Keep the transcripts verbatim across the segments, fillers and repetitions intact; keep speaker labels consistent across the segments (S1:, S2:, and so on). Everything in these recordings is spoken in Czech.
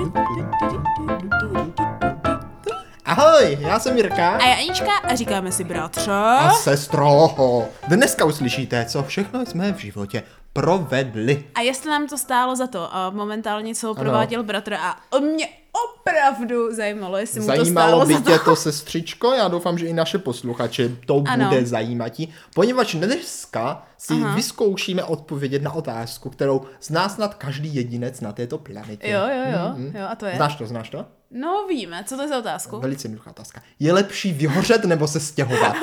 S1: Ahoj, já jsem Jirka.
S2: A já Anička a říkáme si bratře.
S1: A sestro. Dneska uslyšíte, co všechno jsme v životě provedli.
S2: A jestli nám to stálo za to, a momentálně co prováděl bratr a mě opravdu zajímalo, jestli mu
S1: Zajímalo
S2: to stálo
S1: by
S2: za to.
S1: tě to, sestřičko? Já doufám, že i naše posluchače to
S2: ano.
S1: bude zajímatí, poněvadž dneska si Aha. vyzkoušíme odpovědět na otázku, kterou zná snad každý jedinec na této planetě.
S2: Jo, jo, jo,
S1: mm-hmm.
S2: jo, a to je?
S1: Znáš to, znáš to?
S2: No víme, co to je za otázku?
S1: Velice jednoduchá otázka. Je lepší vyhořet nebo se stěhovat?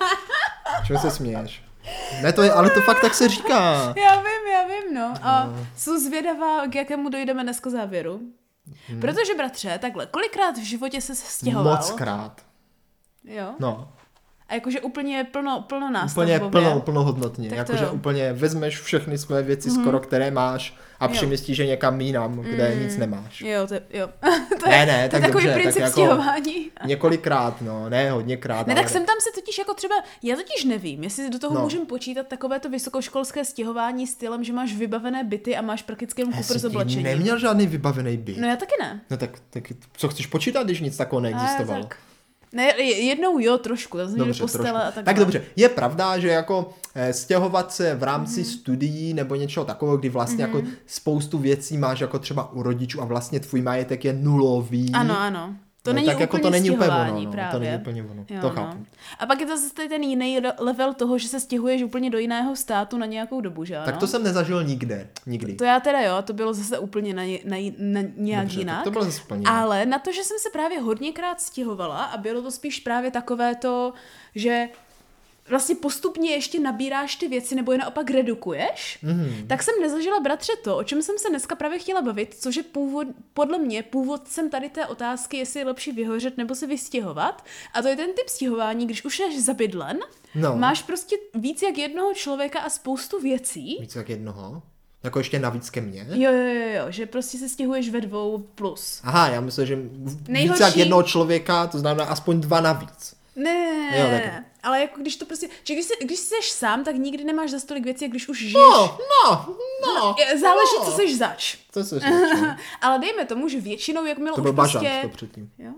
S1: Čemu se směješ? Ne, to je, ale to fakt tak se říká.
S2: Já vím, já vím, no. A no. Jsem zvědavá, k jakému dojdeme dneska závěru. Hmm. Protože, bratře, takhle, kolikrát v životě se stěhoval?
S1: Mockrát.
S2: Jo?
S1: No.
S2: A jakože úplně plno, plno
S1: Úplně plno, plnohodnotně. Jakože
S2: jo.
S1: úplně vezmeš všechny své věci mm-hmm. skoro, které máš a přemystíš je někam jinam, kde mm. nic nemáš.
S2: Jo, to, jo. to
S1: ne,
S2: je,
S1: ne,
S2: to
S1: tak
S2: je takový
S1: dobře,
S2: princip
S1: tak
S2: stěhování.
S1: Jako několikrát, no, ne hodněkrát.
S2: Ne,
S1: ale...
S2: tak jsem tam se totiž jako třeba, já totiž nevím, jestli do toho no. můžem počítat takovéto vysokoškolské stěhování stylem, že máš vybavené byty a máš prakticky jenom kufr s oblečením.
S1: Neměl žádný vybavený byt.
S2: No já taky ne.
S1: No tak, tak co chceš počítat, když nic takového neexistovalo?
S2: Tak. Ne, jednou jo, trošku, tam jsme postele a tak.
S1: Tak dobře, je pravda, že jako eh, stěhovat se v rámci mm-hmm. studií nebo něčeho takového, kdy vlastně mm-hmm. jako spoustu věcí máš jako třeba u rodičů a vlastně tvůj majetek je nulový.
S2: Ano, ano. To
S1: no,
S2: není
S1: tak
S2: úplně
S1: jako to není
S2: stěhování,
S1: úplně ono,
S2: právě.
S1: To není úplně ono,
S2: jo,
S1: to
S2: no.
S1: chápu.
S2: A pak je to zase ten jiný level toho, že se stěhuješ úplně do jiného státu na nějakou dobu, že ano?
S1: Tak to jsem nezažil nikde, nikdy.
S2: To já teda jo, to bylo zase úplně na, na, na nějak
S1: Dobře,
S2: jinak.
S1: to bylo zase úplně
S2: ale na to, že jsem se právě hodněkrát stěhovala a bylo to spíš právě takové to, že vlastně postupně ještě nabíráš ty věci nebo je naopak redukuješ, mm-hmm. tak jsem nezažila, bratře, to, o čem jsem se dneska právě chtěla bavit, což je původ, podle mě původcem tady té otázky, jestli je lepší vyhořet nebo se vystěhovat. A to je ten typ stěhování, když už jsi zabydlen, no. máš prostě víc jak jednoho člověka a spoustu věcí.
S1: Víc jak jednoho? Jako ještě navíc ke mně?
S2: Jo, jo, jo, jo, že prostě se stěhuješ ve dvou plus.
S1: Aha, já myslím, že víc
S2: Nejhorší...
S1: jak jednoho člověka, to znamená aspoň dva navíc.
S2: Ne,
S1: jo,
S2: ne, ale jako když to prostě, že když, jsi, když jsi sám, tak nikdy nemáš za stolik věcí, jak když už žiješ.
S1: No, no, no.
S2: Záleží,
S1: no.
S2: co seš zač.
S1: Co seš zač, no.
S2: Ale dejme tomu, že většinou, jakmile
S1: to
S2: už
S1: byl
S2: prostě...
S1: bažant, to předtím.
S2: Jo?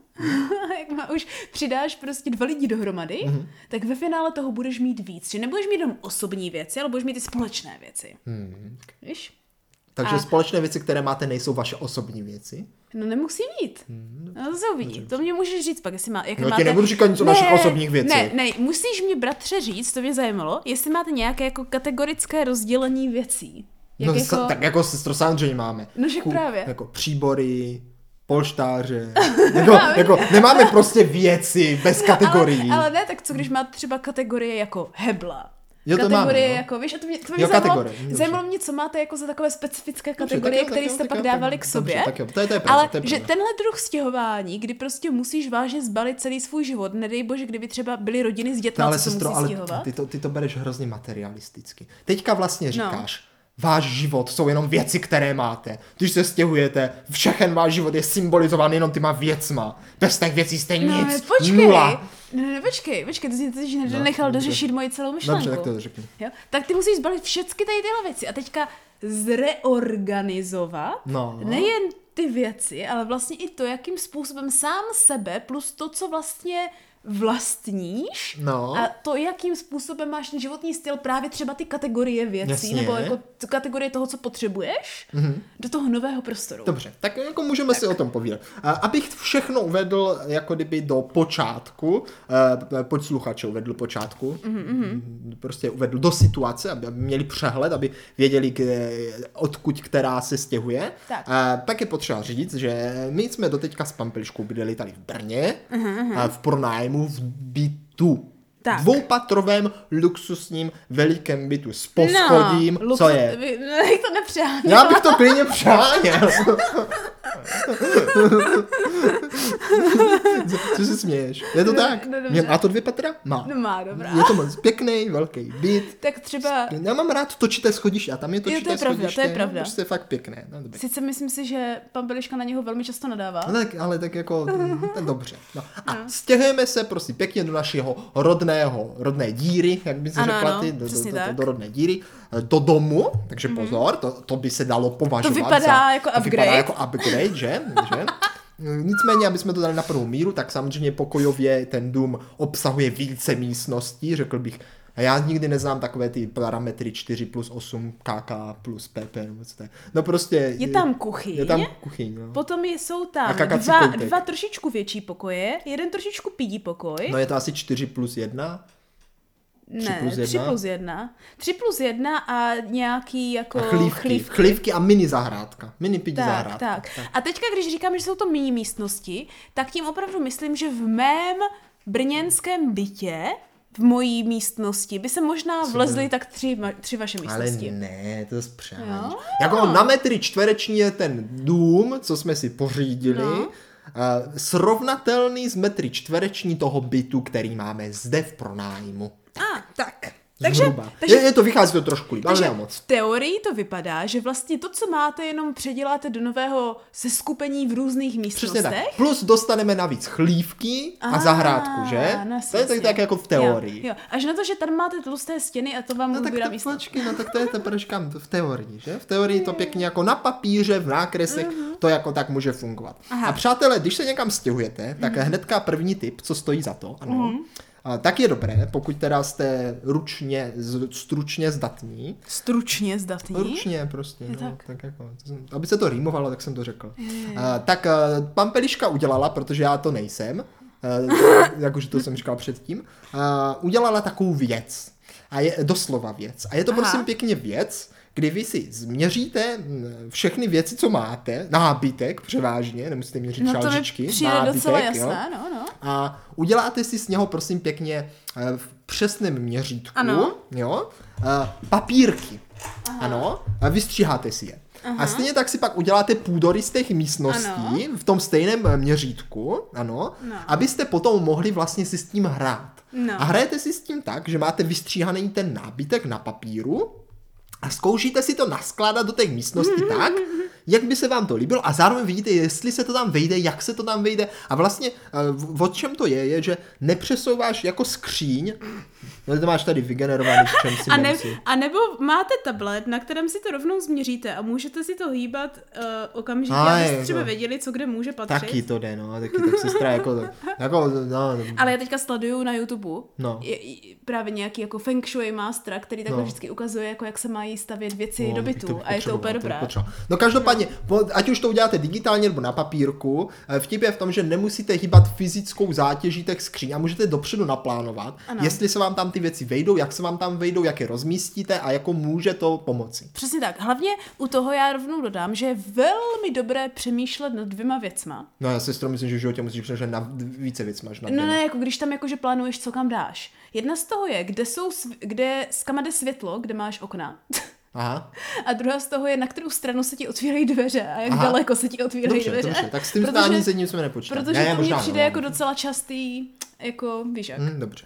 S2: Jak už přidáš prostě dva lidi dohromady, mm-hmm. tak ve finále toho budeš mít víc. Že nebudeš mít jenom osobní věci, ale budeš mít i společné věci.
S1: Hmm.
S2: Víš?
S1: Takže
S2: A...
S1: společné věci, které máte, nejsou vaše osobní věci?
S2: No nemusí být. Hmm. No to se uvidí. To mě můžeš říct pak, jestli má... Jak
S1: no
S2: máte...
S1: ti nebudu říkat nic o vašich osobních věcech.
S2: Ne, ne, musíš mě, bratře, říct, to mě zajímalo, jestli máte nějaké jako kategorické rozdělení věcí. Jak
S1: no
S2: jako...
S1: tak jako sestro samozřejmě máme.
S2: No že právě.
S1: Jako příbory, polštáře, jako, jako nemáme prostě věci bez kategorií.
S2: Ale, ale ne, tak co když máte třeba kategorie jako hebla?
S1: Jo, to
S2: kategorie
S1: máme, no.
S2: jako, víš, a to mě, to mě
S1: jo,
S2: zajímalo, zajímalo mě, co máte jako za takové specifické kategorie, které jste pak dávali k sobě.
S1: Dobře, tak jo, to je, to je pravda,
S2: ale
S1: to je
S2: že tenhle druh stěhování, kdy prostě musíš vážně zbalit celý svůj život, nedej bože, kdyby třeba byly rodiny s dětmi, co se musí
S1: ale
S2: stěhovat.
S1: Ty to, ty to bereš hrozně materialisticky. Teďka vlastně říkáš, no. Váš život jsou jenom věci, které máte. Když se stěhujete, všechen váš život je symbolizován jenom těma věcma. Bez těch věcí jste nic.
S2: No, ne, počkej.
S1: Nula.
S2: Ne, ne, počkej, počkej, ty jsi teď nenechal no, dořešit moji celou myšlenku.
S1: Dobře, tak to řekni.
S2: Jo? Tak ty musíš zbalit všechny tady tyhle věci a teďka zreorganizovat
S1: no.
S2: nejen ty věci, ale vlastně i to, jakým způsobem sám sebe plus to, co vlastně vlastníš
S1: no.
S2: a to, jakým způsobem máš ten životní styl, právě třeba ty kategorie věcí,
S1: Jasně.
S2: nebo jako kategorie toho, co potřebuješ, mm-hmm. do toho nového prostoru.
S1: Dobře, tak jako můžeme tak. si o tom povídat. Abych všechno uvedl jako kdyby do počátku, posluchače uvedl počátku, mm-hmm. prostě uvedl do situace, aby měli přehled, aby věděli, odkud která se stěhuje, tak, tak je potřeba říct, že my jsme doteďka s Pampeliškou bydleli tady v Brně, mm-hmm. v pronájmu v bytu. Tak. Dvoupatrovém luxusním velikém bytu s poschodím,
S2: no,
S1: co je?
S2: Jak to nepřáněl.
S1: Já bych to klidně přáněl. Co se směješ? Je to
S2: No,
S1: tak?
S2: no, dobře.
S1: Má to dvě patra? Má.
S2: No má, dobrá.
S1: Je to moc pěkný, velký byt.
S2: Tak třeba...
S1: Já mám rád točité schodiště a tam je točité
S2: Jo, to je pravda,
S1: schodiště.
S2: to je pravda.
S1: Prostě fakt pěkné. No, dobrý.
S2: Sice myslím si, že pan Beliška na něho velmi často nadává.
S1: No, tak, ale tak jako, ten dobře. No. A stěhujeme se prostě pěkně do našeho rodného, rodné díry, jak by se
S2: Ano,
S1: řekla
S2: ano,
S1: ty, do, do,
S2: přesně
S1: do, do,
S2: tak.
S1: do rodné díry, do domu, takže mm-hmm. pozor, to, to by se dalo považovat
S2: To vypadá
S1: za,
S2: jako
S1: to
S2: upgrade.
S1: vypadá jako upgrade, že? že? Nicméně, aby jsme to dali na prvou míru, tak samozřejmě pokojově ten dům obsahuje více místností, řekl bych. A já nikdy neznám takové ty parametry čtyři plus osm, K K plus P P, nebo co to je. No prostě...
S2: Je tam kuchyň.
S1: Je tam kuchyň, no.
S2: Potom jsou tam
S1: A kakací
S2: dva,
S1: koutek.
S2: dva trošičku větší pokoje, jeden trošičku pídí pokoj.
S1: No je to asi čtyři plus jedna.
S2: ne,
S1: plus jedna?
S2: tři plus jedna. tři plus jedna a nějaký jako
S1: A chlívky.
S2: chlívky.
S1: Chlívky a mini zahrádka. Mini pidi
S2: Tak,
S1: zahrádka.
S2: tak. A teďka, když říkáme, že jsou to mini místnosti, tak tím opravdu myslím, že v mém brněnském bytě, v mojí místnosti, by se možná vlezly tak tři, ma- tři vaše místnosti.
S1: Ale ne, to je přání.
S2: Jo?
S1: Jako na metry čtvereční je ten dům, co jsme si pořídili,
S2: No.
S1: uh, srovnatelný s metry čtvereční toho bytu, který máme zde v pronájmu.
S2: A, tak. Takže,
S1: Zhruba.
S2: takže,
S1: je, je to vychází to trošku líp, ale
S2: takže
S1: ne moc.
S2: v teorii to vypadá, že vlastně to, co máte, jenom předěláte do nového seskupení v různých
S1: Přesně
S2: místnostech.
S1: tak. Plus dostaneme navíc chlívky a
S2: Ah,
S1: zahrádku, že?
S2: no,
S1: to je tak,
S2: jasně.
S1: tak jako v teorii.
S2: Jo, jo. Až na to, že tam máte tlusté stěny a to vám
S1: No tak
S2: ubírá
S1: to
S2: místo.
S1: počkej, no tak to je teprve říkám, to v teorii, že? V teorii to pěkně jako na papíře, v nákresech, uh-huh. to jako tak může fungovat.
S2: Aha.
S1: A přátelé, když se někam stěhujete, tak uh-huh. hnedka první tip, co stojí za to, ano, uh-huh. a, tak je dobré, pokud teda jste ručně, z, stručně zdatní.
S2: Stručně zdatný.
S1: Ručně prostě, no,
S2: tak.
S1: tak jako, to jsem, aby se to rýmovalo, tak jsem to řekl. A, tak a, pan Peliška udělala, protože já to nejsem, a, jak už to jsem říkal předtím, a, udělala takovou věc. A je doslova věc. A je to
S2: Aha.
S1: prosím pěkně věc, kdy vy si změříte všechny věci, co máte, nábytek převážně, nemusíte měřit
S2: No to mi
S1: šalžičky,
S2: přijde
S1: nábytek,
S2: docela
S1: jo?
S2: jasné, no, no.
S1: A uděláte si z něho prosím pěkně eh, v přesném měřítku,
S2: Ano.
S1: jo, eh, papírky, Aha. ano, a vystříháte si je. Aha. A stejně tak si pak uděláte půdory z těch místností
S2: Ano.
S1: v tom stejném eh, měřítku, ano,
S2: No.
S1: abyste potom mohli vlastně si s tím hrát.
S2: No.
S1: A hrajete si s tím tak, že máte vystříhaný ten nábytek na papíru a zkoušíte si to naskládat do těch místností tak, jak by se vám to líbilo a zároveň vidíte, jestli se to tam vejde, jak se to tam vejde a vlastně uh, o čem to je, je, že nepřesouváš jako skříň, no to máš tady vygenerovaný v čem si
S2: A, ne,
S1: nemyslí.
S2: a nebo máte tablet, na kterém si to rovnou změříte a můžete si to hýbat uh, okamžitě,
S1: A
S2: abyste
S1: je,
S2: třeba
S1: to-
S2: věděli, co kde může patřit.
S1: Taky to jde, no, taky tak sestra jako, jako no,
S2: Ale já teďka sleduju na YouTube
S1: No.
S2: je, je, právě nějaký jako feng shui master, který takhle
S1: No.
S2: vždycky ukazuje, jako jak se mají stavět věci
S1: No,
S2: do
S1: bych
S2: bytu
S1: to
S2: a je to
S1: potřeboval,
S2: úplně
S1: bych
S2: dobré.
S1: potřeboval. No každopádně, po- ať už to uděláte digitálně nebo na papírku, eh, vtip je v tom, že nemusíte hýbat fyzickou zátěží těch skříň a můžete dopředu naplánovat,
S2: Ano.
S1: jestli se vám tam ty věci vejdou, jak se vám tam vejdou, jak je rozmístíte a jako může to pomoci.
S2: Přesně tak. Hlavně u toho já rovnou dodám, že je velmi dobré přemýšlet nad dvěma věcma.
S1: No já si myslím, že v životě musíš přemýšlet na více věc máš na
S2: No
S1: dvěma.
S2: ne, jako když tam jakože plánuješ, co kam dáš. Jedna z toho je, kde jsou, sv- kde, z kam jde světlo, kde máš okna.
S1: Aha,
S2: A druhá z toho je, na kterou stranu se ti otvírají dveře a jak
S1: Aha.
S2: daleko se ti otvírají
S1: dobře,
S2: dveře.
S1: dobře, tak s tím
S2: Protože-
S1: znánízením jsme nepočítali.
S2: Protože
S1: Ne,
S2: to mně
S1: možná,
S2: přijde
S1: no.
S2: jako docela častý, jako víš jak.
S1: Hm, dobře.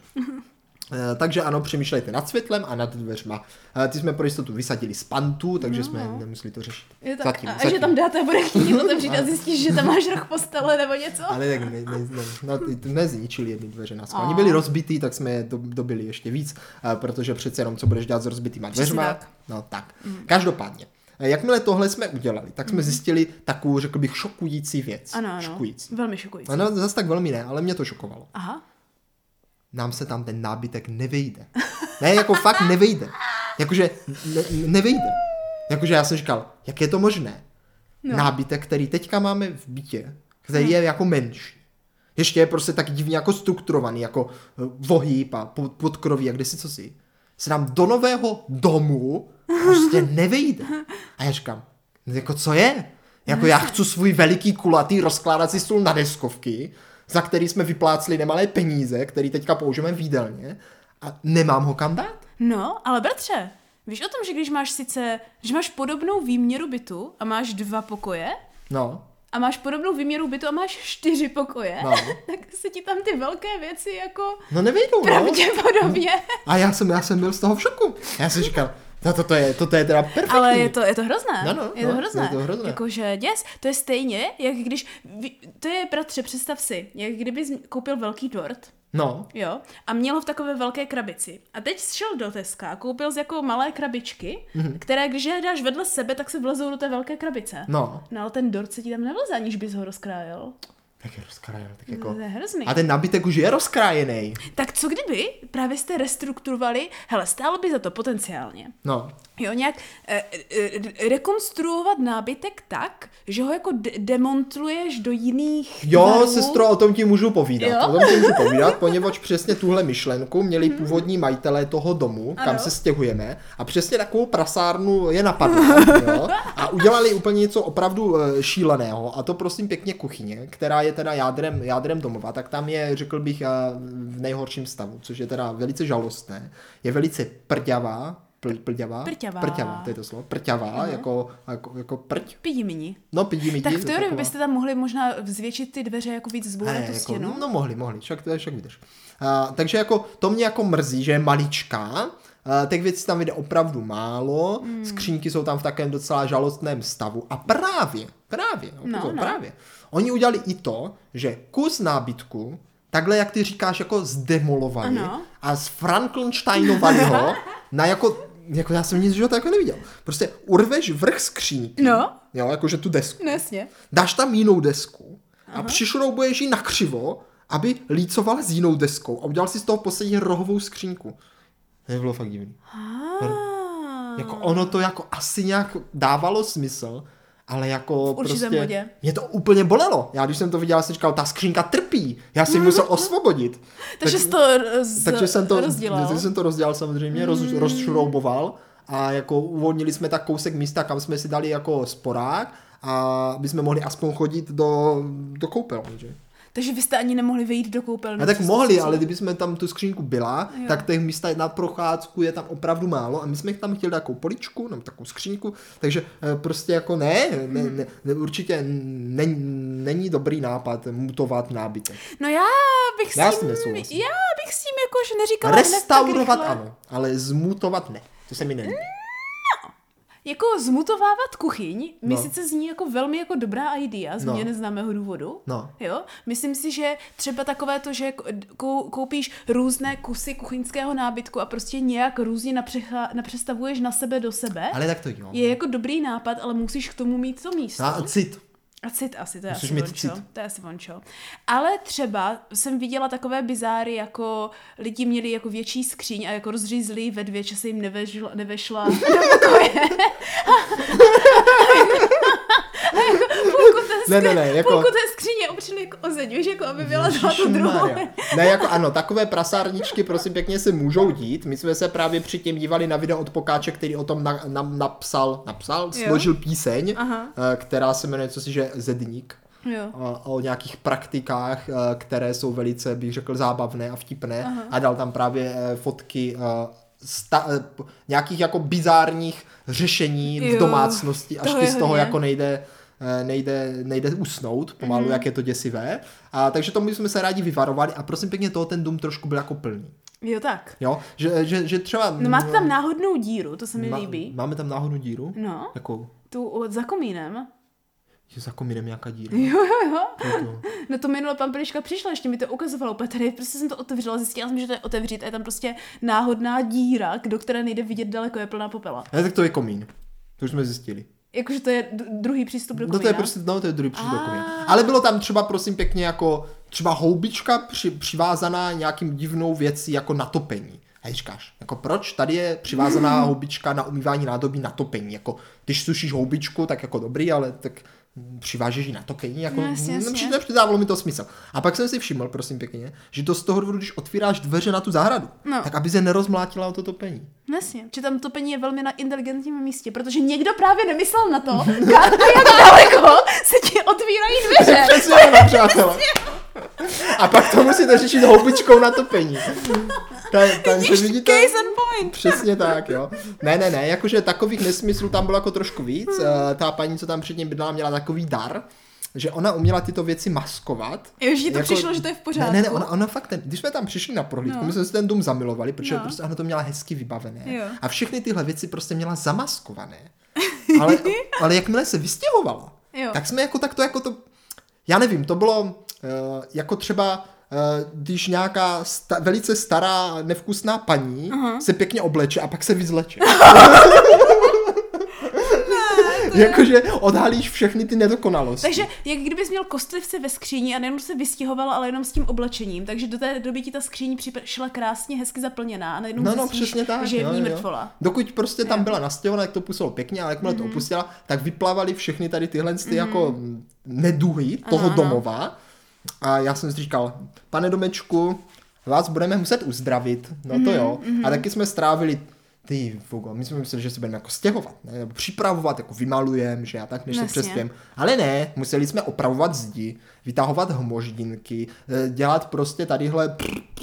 S1: Eh, Takže ano, přemýšlejte nad světlem a nad dveřma. Eh, Ty jsme pro jistotu vysadili z pantů, takže jsme nemuseli to řešit.
S2: Je tak,
S1: Zatím,
S2: a, a
S1: zatím.
S2: že tam dáte a bude chtít otevřít a zjistíš, že tam máš roh postele nebo něco.
S1: Ale tak ne, ne, ne, no, ty- ty nezničili jedny dveře na schvál.
S2: A.
S1: Oni byli rozbitý, tak jsme je do, dobili ještě víc, eh, protože přece jenom co budeš dělat s rozbitýma
S2: Přesně
S1: dveřma.
S2: tak.
S1: No tak. Mm. Každopádně. eh, Jakmile tohle jsme udělali, tak jsme mm. zjistili takovou, řekl bych, šokující věc.
S2: Ano, ano.
S1: Šokující.
S2: Velmi šokující.
S1: No, zase tak velmi ne, ale mě to šokovalo.
S2: Aha.
S1: Nám se tam ten nábytek nevejde. Ne, jako fakt nevejde. Jakože ne, nevejde. Jakože já jsem říkal, jak je to možné?
S2: No.
S1: Nábytek, který teďka máme v bytě, který je jako menší. Ještě je prostě tak divně jako strukturovaný, jako eh, vohýb a pod- podkroví a kdesi co si. Se nám do nového domu prostě nevejde. A já říkám, jako co je? Jako já chci svůj veliký kulatý rozkládací stůl na deskovky, za který jsme vyplácli nemalé peníze, který teďka použijeme v jídelně a nemám ho kam dát.
S2: No, ale bratře, víš o tom, že když máš sice, když máš podobnou výměru bytu a máš dva pokoje,
S1: No,
S2: a máš podobnou výměru bytu a máš čtyři pokoje,
S1: no.
S2: tak se ti tam ty velké věci jako
S1: no nevejdou,
S2: pravděpodobně.
S1: No. A já jsem, já jsem byl z toho v šoku. Já jsem říkal, no toto je, toto je teda perfektní.
S2: Ale je to, je to hrozné.
S1: No, no,
S2: je to
S1: no,
S2: hrozné.
S1: Je to hrozné.
S2: Jakože děs, to je stejně, jak když, to je bratře, představ si, jak kdybys koupil velký dort,
S1: no.
S2: jo, a měl ho v takové velké krabici. A teď šel do Teska, koupil z jako malé krabičky, mm-hmm. které když je dáš vedle sebe, tak se vlezou do té velké krabice.
S1: No.
S2: No ale ten dort se ti tam nevleze, aniž bys ho rozkrájel.
S1: Tak je rozkrájený, tak jako...
S2: To je hrozný.
S1: A ten nábytek už je rozkrájený.
S2: Tak co kdyby právě jste restrukturovali, hele, stálo by za to potenciálně.
S1: No.
S2: Jo, nějak e, e, rekonstruovat nábytek tak, že ho jako de- demontuješ do jiných
S1: Jo,
S2: tvarů.
S1: sestro, o tom ti můžu povídat.
S2: Jo?
S1: O tom ti můžu povídat, poněvadž přesně tuhle myšlenku měli původní majitelé toho domu, kam
S2: ano.
S1: se stěhujeme, a přesně takovou prasárnu je napadla. Jo? A udělali úplně něco opravdu šíleného, a to prosím pěkně kuchyně, která je teda jádrem, jádrem domova, tak tam je, řekl bych, v nejhorším stavu, což je teda velice žalostné. Je velice prďavá, Pl, plďavá?
S2: Prťavá.
S1: Prťavá, to je to slovo. Prťavá, uh-huh. jako, jako, jako prť.
S2: Pidimini.
S1: No, pidimini.
S2: Tak v teorii
S1: taková...
S2: byste tam mohli možná zvětšit ty dveře, jako víc zbourat tu
S1: jako,
S2: stěnu.
S1: No mohli, mohli, však to je však vydrž. Uh, takže jako to mě jako mrzí, že je maličká, uh, těch věcí tam jde opravdu málo, mm. skřínky jsou tam v takovém docela žalostném stavu a právě, právě, no,
S2: no, no.
S1: právě, oni udělali i to, že kus nábytku, takhle jak ty říkáš, jako zdemolovali ano. a zfrankensteinovali ho na jako jako já jsem nic života jako neviděl. Prostě urveš vrch skřínky,
S2: no.
S1: jo, jakože tu desku,
S2: no, jasně.
S1: dáš tam jinou desku a
S2: Aha.
S1: přišroubuješ ji nakřivo, aby lícovala s jinou deskou a udělal si z toho poslední rohovou skřínku. To bylo fakt divný.
S2: Ah.
S1: Jako ono to jako asi nějak dávalo smysl, ale jako
S2: v určitém
S1: prostě
S2: bodě.
S1: Mě to úplně bolelo. Já když jsem to viděl, jsem říkal, ta skřínka trpí. Já si ji musel osvobodit.
S2: Takže
S1: tak,
S2: jsi to roz,
S1: takže jsem to
S2: rozdělal.
S1: Takže jsem to rozdělal samozřejmě, mm. roz, rozšrouboval a jako uvolnili jsme tak kousek místa, kam jsme si dali jako sporák a aby jsme mohli aspoň chodit do, do koupelny, že?
S2: Takže vy jste ani nemohli vyjít do koupelny.
S1: A tak mohli, ale kdyby jsme tam tu skřínku byla,
S2: jo.
S1: tak těch místa na procházku je tam opravdu málo a my jsme tam chtěli takovou poličku, nebo takovou skřínku, takže prostě jako ne, ne, ne, ne určitě ne, není dobrý nápad mutovat nábytek.
S2: No já bych s
S1: já
S2: tím, já bych s tím jako, že neříkala
S1: restaurovat ano, ale zmutovat ne, to se mi nelíbí.
S2: Jako zmutovávat kuchyň mi
S1: no.
S2: sice zní jako velmi jako dobrá idea z
S1: no.
S2: mě neznámého důvodu.
S1: No.
S2: Jo? Myslím si, že třeba takové to, že koupíš různé kusy kuchyňského nábytku a prostě nějak různě napřecha, napřestavuješ na sebe do sebe.
S1: Ale tak to jo.
S2: Je jako dobrý nápad, ale musíš k tomu mít to místo.
S1: A cit.
S2: A cit asi, to je
S1: Musíš
S2: asi
S1: mít
S2: vončo.
S1: cit.
S2: To je asi vončo. Ale třeba jsem viděla takové bizáry, jako lidi měli jako větší skříň a jako rozřízli ve dvě, že se jim nevešla, nevešla do pokoje. Půlku té, skří...
S1: ne, ne, ne, jako...
S2: Půlku té skříně opřeli jako o zeď, jako aby byla za tu druhou.
S1: Ne, jako ano, takové prasárničky prosím pěkně se můžou dít. My jsme se právě předtím dívali na video od Pokáče, který o tom na, na, napsal, napsal, složil píseň, Aha. která se jmenuje co si, že Zedník.
S2: Jo.
S1: O, o nějakých praktikách, které jsou velice, bych řekl, zábavné a vtipné. Aha. A dal tam právě fotky sta, nějakých jako bizárních řešení jo, v domácnosti, až ty z toho hodně. Jako nejde nejde, nejde usnout, pomalu, mm. jak je to děsivé. A, takže tomu jsme se rádi vyvarovali a prosím pěkně toho ten dům trošku byl jako plný.
S2: Jo, tak.
S1: Jo, že, že, že třeba...
S2: No máte tam náhodnou díru, to se mi má, líbí.
S1: Máme tam náhodnou díru?
S2: No.
S1: Jakou?
S2: Tu za komínem.
S1: Je za komínem nějaká díra?
S2: Jo, jo, jo. To? No to minule pan Peliška přišla, ještě mi to ukazovalo úplně tady, prostě jsem to otevřela, zjistila jsem, že to je otevřít a je tam prostě náhodná díra, do které nejde vidět daleko, je plná popela.
S1: Ne, tak to je komín. To už jsme zjistili.
S2: Jakože to je d- druhý přístup do komína.
S1: No to je prostě, no to je druhý přístup do komína. Ale bylo tam třeba prosím pěkně jako třeba houbička při, přivázaná nějakým divnou věcí jako na topení. A říkáš, jako proč tady je přivázaná houbička na umývání nádobí na topení? Jako když sušíš houbičku, tak jako dobrý, ale tak přivážeš ji na topení, jako
S2: no, jasně, jasně.
S1: nepřidávalo mi to smysl. A pak jsem si všiml, prosím pěkně, že to z toho důvodu, když otvíráš dveře na tu zahradu, no. tak aby se nerozmlátila o to topení.
S2: Jasně, že tam topení je velmi na inteligentním místě, protože někdo právě nemyslel na to, kam a jak daleko se ti otvírají dveře.
S1: Přesně ono, přátelé. A pak to musíte řešit houbičkou na topení. Takže vidíte,
S2: case and point.
S1: Přesně tak, jo. Ne, ne, ne, jakože takových nesmyslů tam bylo jako trošku víc. Hmm. Ta paní, co tam předtím bydlela, měla takový dar, že ona uměla tyto věci maskovat.
S2: Jo, že ti to jako, přišlo, že to je v pořádku.
S1: Ne, ne, ona, ona fakt, ten, když jsme tam přišli na prohlídku, no. my jsme si ten dům zamilovali, protože no. prostě ona to měla hezky vybavené.
S2: Jo.
S1: A všechny tyhle věci prostě měla zamaskované. Ale, ale jakmile se vystěhovala, jo. tak jsme jako takto, jako to, já nevím, to bylo uh, jako třeba, uh, když nějaká sta- velice stará, nevkusná paní uh-huh. se pěkně obleče a pak se vyzleče. Jakože odhalíš všechny ty nedokonalosti.
S2: Takže jak kdybys měl kostlivce ve skříni a nejenom se vystěhovala, ale jenom s tím oblečením. Takže do té doby ti ta skříň šla krásně, hezky zaplněná a najednou
S1: no, no, přesně tak,
S2: že je v ní
S1: jo, jo.
S2: mrtvola.
S1: Dokud prostě tam
S2: jo.
S1: byla nastěhovaná, jak to působilo pěkně, ale jakmile mm-hmm. to opustila, tak vyplávaly všechny tady tyhle ty mm-hmm. jako neduhy toho ano, domova. Ano. A já jsem si říkal, pane domečku, vás budeme muset uzdravit. No mm-hmm, to jo. Mm-hmm. A taky jsme strávili Ty, fugo, my jsme mysleli, že se budeme jako stěhovat, ne? Nebo připravovat, jako vymalujeme, že já tak, než se přestěhujeme. Ale ne, museli jsme opravovat zdi, vytahovat hmoždinky, dělat prostě tadyhle...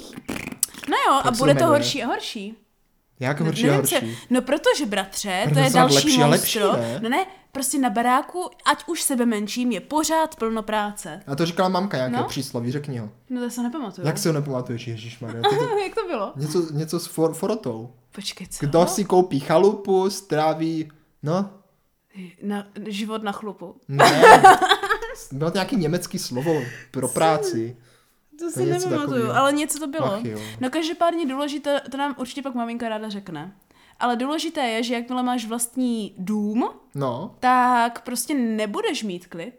S2: No jo, a bude to horší a horší.
S1: Jak horší a horší?
S2: Se, no protože, bratře, to je další monstro. Ne? No ne, prostě na baráku, ať už sebe menším, je pořád plno práce.
S1: A to říkala mamka, nějaké
S2: no?
S1: přísloví, řekni ho.
S2: No to se nepamatuju.
S1: Jak si ho nepamatuješ, ježišmarja?
S2: Jak to bylo?
S1: Něco, něco s for, forotou.
S2: Počkej, co?
S1: Kdo si koupí chalupu, stráví, no?
S2: Na, život na chlupu.
S1: Ne, bylo to nějaký německý slovo pro práci.
S2: To si nepamatuju, ale něco to bylo. Ach, no každopádně důležité, to nám určitě pak maminka ráda řekne. Ale důležité je, že jakmile máš vlastní dům, no. tak prostě nebudeš mít klid.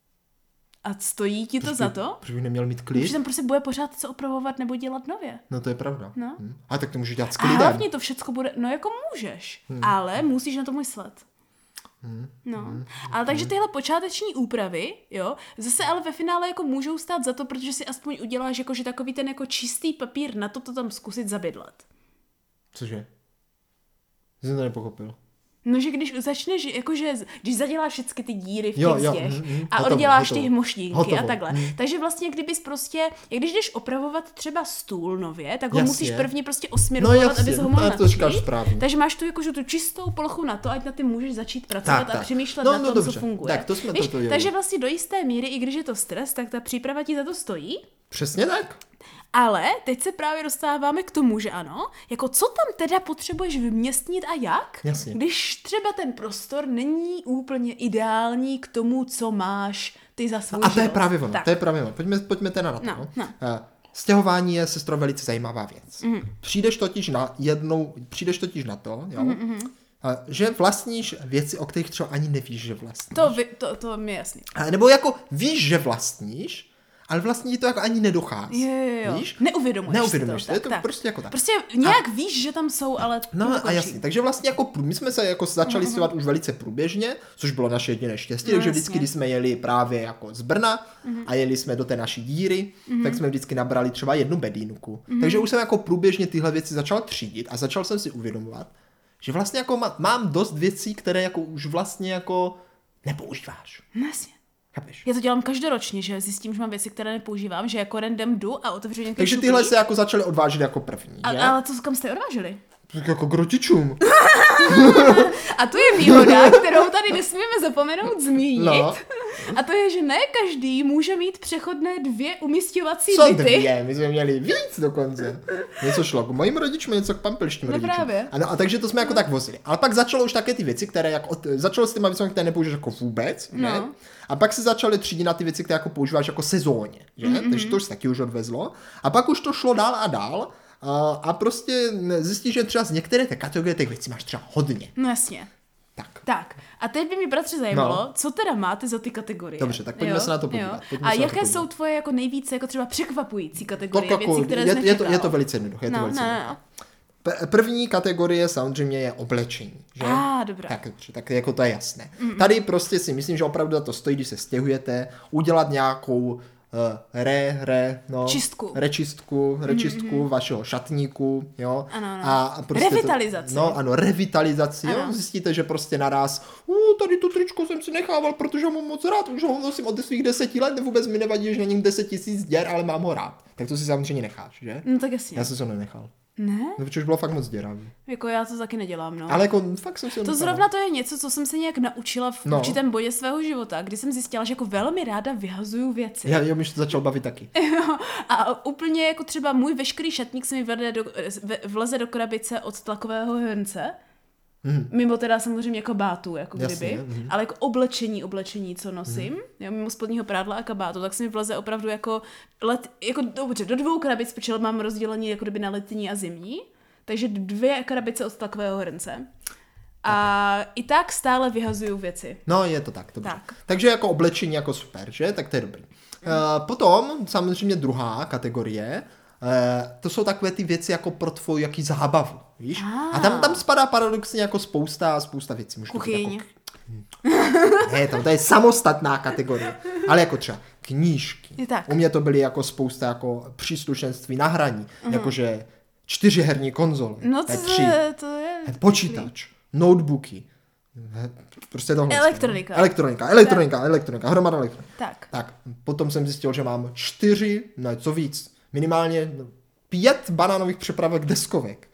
S2: A stojí ti to
S1: proč
S2: za
S1: by,
S2: to?
S1: Proč bych neměl mít klid?
S2: Protože tam prostě bude pořád co opravovat nebo dělat nově.
S1: No to je pravda.
S2: No.
S1: Hm. A tak to můžeš dělat s klidem.
S2: A hlavně to všecko bude, no jako můžeš, hmm. ale musíš na to myslet. Hmm. No, hmm. ale takže tyhle počáteční úpravy, jo, zase ale ve finále jako můžou stát za to, protože si aspoň uděláš jakože takový ten jako čistý papír na to, to tam zkusit zabydlet.
S1: Cože? Jsem to nepochopil.
S2: No, že když začneš, jakože, když zaděláš všechny ty díry v těch
S1: jo, jo,
S2: zděch
S1: mm, mm,
S2: a
S1: hotovo,
S2: odděláš
S1: hotovo,
S2: ty hmoždínky
S1: hotovo,
S2: a takhle.
S1: Mm.
S2: Takže vlastně, kdybys prostě, jak když jdeš opravovat třeba stůl nově, tak ho
S1: jasně.
S2: musíš prvně prostě osměrovat,
S1: no,
S2: abys ho mohl
S1: to říkáš správně.
S2: Takže máš tu jakože tu čistou plochu na to, ať na ty můžeš začít pracovat
S1: tak,
S2: a
S1: tak.
S2: přemýšlet
S1: no,
S2: na
S1: no,
S2: tom,
S1: dobře.
S2: co funguje.
S1: Tak, to jsme
S2: Víš,
S1: to
S2: takže vlastně do jisté míry, i když je to stres, tak ta příprava ti za to stojí.
S1: Přesně tak.
S2: Ale teď se právě dostáváme k tomu, že ano, jako co tam teda potřebuješ vyměstnit a jak,
S1: jasně.
S2: když třeba ten prostor není úplně ideální k tomu, co máš ty za svůj
S1: A to je
S2: život.
S1: právě ono,
S2: tak.
S1: to je právě ono. Pojďme, pojďme teda na to.
S2: No, no.
S1: Stěhování je, sestro, velice zajímavá věc.
S2: Mm.
S1: Přijdeš totiž na jednou, přijdeš totiž na to, jo, mm, že vlastníš věci, o kterých třeba ani nevíš, že vlastníš.
S2: To, vy, to, to mi je jasný.
S1: Nebo jako víš, že vlastníš, ale vlastně ti to jako ani nedochází.
S2: Jo, jo, jo.
S1: Víš?
S2: Neuvědomuješ,
S1: Neuvědomuješ
S2: to.
S1: to, je
S2: tak,
S1: to
S2: tak.
S1: prostě jako tak.
S2: Prostě nějak
S1: a...
S2: víš, že tam jsou, ale
S1: no a jasně, takže vlastně jako my jsme se jako začali stěhovat uh-huh. už velice průběžně, což bylo naše jediné štěstí, no, takže vždycky, jasně. když jsme jeli právě jako z Brna uh-huh. a jeli jsme do té naší díry, uh-huh. tak jsme vždycky nabrali třeba jednu bedínku. Uh-huh. Takže už jsem jako průběžně tyhle věci začal třídit a začal jsem si uvědomovat, že vlastně jako má, mám dost věcí, které jako už vlastně jako nepoužíváš.
S2: No jasně.
S1: Chápeš?
S2: Já to dělám každoročně, že zjistím, že mám věci, které nepoužívám, že jako random jdu a otevřu nějaký
S1: Takže tyhle se jako začaly odvážet jako první,
S2: a,
S1: že?
S2: Ale to kam jste odváželi?
S1: Tak jako k rodičům.
S2: A to je výhoda, kterou tady nesmíme zapomenout zmínit.
S1: No.
S2: A to je, že ne každý může mít přechodné dvě umísťovací
S1: Co
S2: byty.
S1: dvě? My jsme měli víc dokonce. Něco šlo k mojim rodičům, něco k pampelštím
S2: no
S1: rodičům.
S2: Právě.
S1: Ano, a takže to jsme jako tak vozili. Ale pak začalo už také ty věci, které jako od, začalo s těma věcmi, které nepoužíváš jako vůbec,
S2: no.
S1: ne? A pak se začaly třídit na ty věci, které jako používáš jako sezóně, že? Mm-hmm. Takže to už taky už odvezlo. A pak už to šlo dál a dál. A, a prostě zjistíš, že třeba z některé té kategorie těch věcí máš třeba hodně.
S2: No jasně.
S1: Tak.
S2: Tak. A teď by mě bratře zajímalo, no. co teda máte za ty kategorie.
S1: Dobře, tak pojďme
S2: jo?
S1: se na to podívat.
S2: A jaké jsou tvoje jako nejvíce jako třeba překvapující kategorie,
S1: to, to,
S2: věci, které
S1: je,
S2: jsi
S1: je, to, je to velice jednoduché.
S2: No,
S1: to velice
S2: no,
S1: jednoduché. No. První kategorie samozřejmě je oblečení. Že?
S2: A, dobrá.
S1: Tak, tak jako to je jasné. Mm-hmm. Tady prostě si myslím, že opravdu za to stojí, když se stěhujete, udělat nějakou Uh, re, re, no,
S2: čistku.
S1: Rečistku, rečistku mm-hmm. vašeho šatníku, jo.
S2: Ano, ano.
S1: A prostě
S2: revitalizaci.
S1: To, no, ano, revitalizaci, ano. Jo. Zjistíte, že prostě naraz, uh, tady to tričko jsem si nechával, protože ho mám moc rád, už ho nosím od svých deseti let, vůbec mi nevadí, že není deset tisíc děr, ale mám ho rád. Tak to si samozřejmě necháš, že?
S2: No tak jasně.
S1: Já jsem se ho nenechal.
S2: Ne?
S1: No, protože bylo fakt moc děravý.
S2: Jako já to taky nedělám, no.
S1: Ale jako fakt jsem si
S2: To zrovna to je něco, co jsem se nějak naučila v
S1: no.
S2: určitém bodě svého života, kdy jsem zjistila, že jako velmi ráda vyhazuju věci.
S1: Já, já mi to začal bavit taky.
S2: A úplně jako třeba můj veškerý šatník se mi vleze do, vleze do krabice od tlakového hrnce. Mm. Mimo teda samozřejmě kabátů, jako
S1: Jasně,
S2: kdyby,
S1: mm.
S2: ale jako oblečení, oblečení, co nosím, mm. jo, mimo spodního prádla a kabátu, tak se mi vleze opravdu jako, let, jako dobře, do dvou krabic, protože mám rozdělení jako kdyby na letní a zimní, takže dvě krabice od tlakového hrnce. A tak. I tak stále vyhazuju věci.
S1: No, je to tak, dobře.
S2: Tak.
S1: Takže jako oblečení jako super, že? Tak to je dobrý. Mm. Uh, potom samozřejmě druhá kategorie, Uh, to jsou takové ty věci jako pro tvoji jaký zábavu, víš? Ah. A tam, tam spadá paradoxně jako spousta, spousta věcí.
S2: Kuchyň.
S1: Jako... Ne, to, to je samostatná kategorie. Ale jako třeba knížky. U mě to byly jako spousta jako příslušenství na hraní. Uh-huh. Jakože čtyři herní konzole.
S2: No to,
S1: tři.
S2: Je, to je...
S1: Počítač, notebooky. Prostě tohle.
S2: Elektronika.
S1: No. Elektronika, elektronika, tak. elektronika, hromada elektronika.
S2: Tak.
S1: Tak, potom jsem zjistil, že mám čtyři, ne, co víc, minimálně pět banánových přepravek deskovek.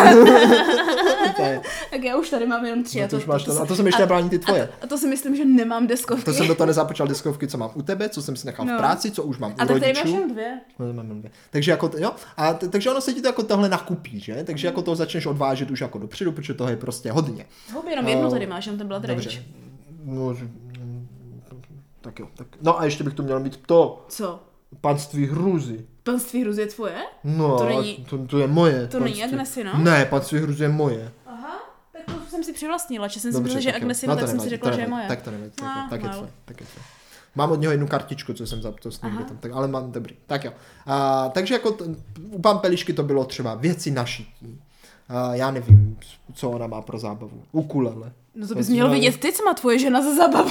S2: Tak já už tady mám jenom tři.
S1: No,
S2: a, to,
S1: to, to, to,
S2: to,
S1: a to jsem ještě nebral ani ty tvoje.
S2: A, a to si myslím, že nemám deskovky.
S1: To jsem do toho nezapočal deskovky, co mám u tebe, co jsem si nechal no. v práci, co už mám
S2: a
S1: u rodičů.
S2: A tak tady máš jen dvě.
S1: No, mám dvě. Takže jako, jo, a t- takže ono se ti to jako tohle nakupí, že? Takže jako to začneš odvážet už jako dopředu, protože toho je prostě hodně.
S2: Houby, jenom jednu tady máš, jenom ten Blood Rage.
S1: No, tak jo. Tak. No a ještě bych tu měl mít to.
S2: Co?
S1: Panství Hruzy.
S2: Panství Hruzy je tvoje?
S1: No,
S2: to, není...
S1: to, to je moje.
S2: To není Agnesy, no?
S1: Ne, Panství Hruzy je moje.
S2: Aha, tak to jsem si přivlastnila, že jsem si myslela, že Agnesy, no, tak jsem si řekla, že je moje.
S1: Tak to nevím, tak, tak, je tvoje, tak je tvoje. Mám od něho jednu kartičku, co jsem zaptal s někde tam, tak, ale mám dobrý. Tak jo. A, takže jako t- u Pampelišky to bylo třeba věci na šití. A, já nevím, co ona má pro zábavu. Ukulele.
S2: No to bys měl vidět ty, co má tvoje žena za zábavu.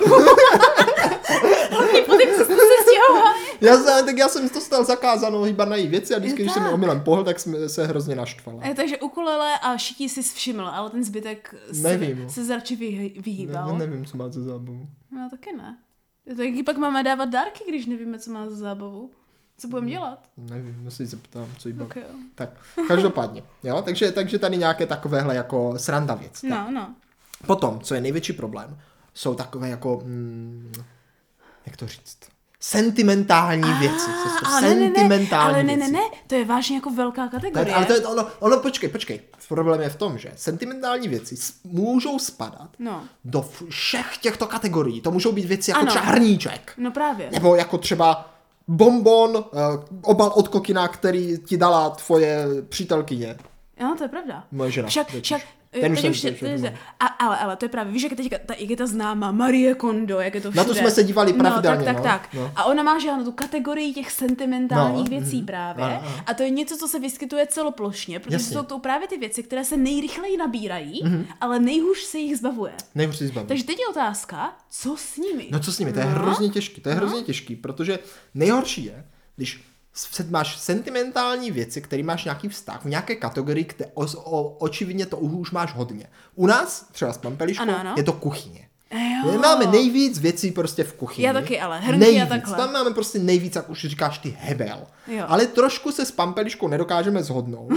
S2: Potom se stěhovala.
S1: Já jsem, tak já jsem to stal zakázanou hýbat na její věci a vždycky, když jsem mi omylem pohl, tak jsem se hrozně naštvala.
S2: E, takže ukulele a šití si všiml, ale ten zbytek se, se zradši vyhýbal.
S1: Ne, nevím, co má za zábavu.
S2: No taky ne. Tak jaký pak máme dávat dárky, když nevíme, co má za zábavu? Co budeme dělat?
S1: Nevím, no se jí zeptám, co jí baví.
S2: Okay.
S1: Tak, každopádně. Jo? Takže, takže tady nějaké takovéhle jako sranda věc. Tak.
S2: No, no.
S1: Potom, co je největší problém, jsou takové jako, mm, jak to říct, sentimentální ah, věci.
S2: Ale
S1: sentimentální
S2: ne, ne, ne,
S1: věci.
S2: ale ne, ne, ne, to je vážně jako velká kategorie.
S1: Ale to je ono, ono, počkej, počkej. Problém je v tom, že sentimentální věci můžou spadat
S2: no.
S1: do všech těchto kategorií. To můžou být věci jako
S2: ano.
S1: třeba hrníček.
S2: No právě.
S1: Nebo jako třeba bonbon, uh, obal od kokina, který ti dala tvoje přítelkyně.
S2: No, to je pravda.
S1: Moje žena.
S2: Však, však
S1: Ten už jsem
S2: už, a, ale, ale to je právě, víš, jak je teďka, ta, jak je ta známá Marie Kondo, jak je to všude.
S1: Na to jsme se dívali pravidelně.
S2: No, tak, tak,
S1: no.
S2: tak.
S1: No.
S2: A ona má, že ano, tu kategorii těch sentimentálních no. věcí právě.
S1: No, no.
S2: A to je něco, co se vyskytuje celoplošně, protože
S1: Jasně.
S2: jsou to právě ty věci, které se nejrychleji nabírají,
S1: mm-hmm.
S2: ale nejhůř se jich zbavuje.
S1: Nejhůř se jich zbavuje.
S2: Takže teď je otázka, co s nimi?
S1: No co s nimi, to je no. hrozně těžký, to je no. hrozně těžký, protože nejhorší je, když máš sentimentální věci, který máš nějaký vztah v nějaké kategorii, které o, o, očividně to už máš hodně. U nás, třeba s Pampeliškou, ano, ano. je to kuchyně.
S2: Jo.
S1: My máme nejvíc věcí prostě v kuchyni.
S2: Já taky, ale hrnky a takhle.
S1: Tam máme prostě nejvíc, jak už říkáš ty, hebel.
S2: Jo.
S1: Ale trošku se s Pampeliškou nedokážeme shodnout.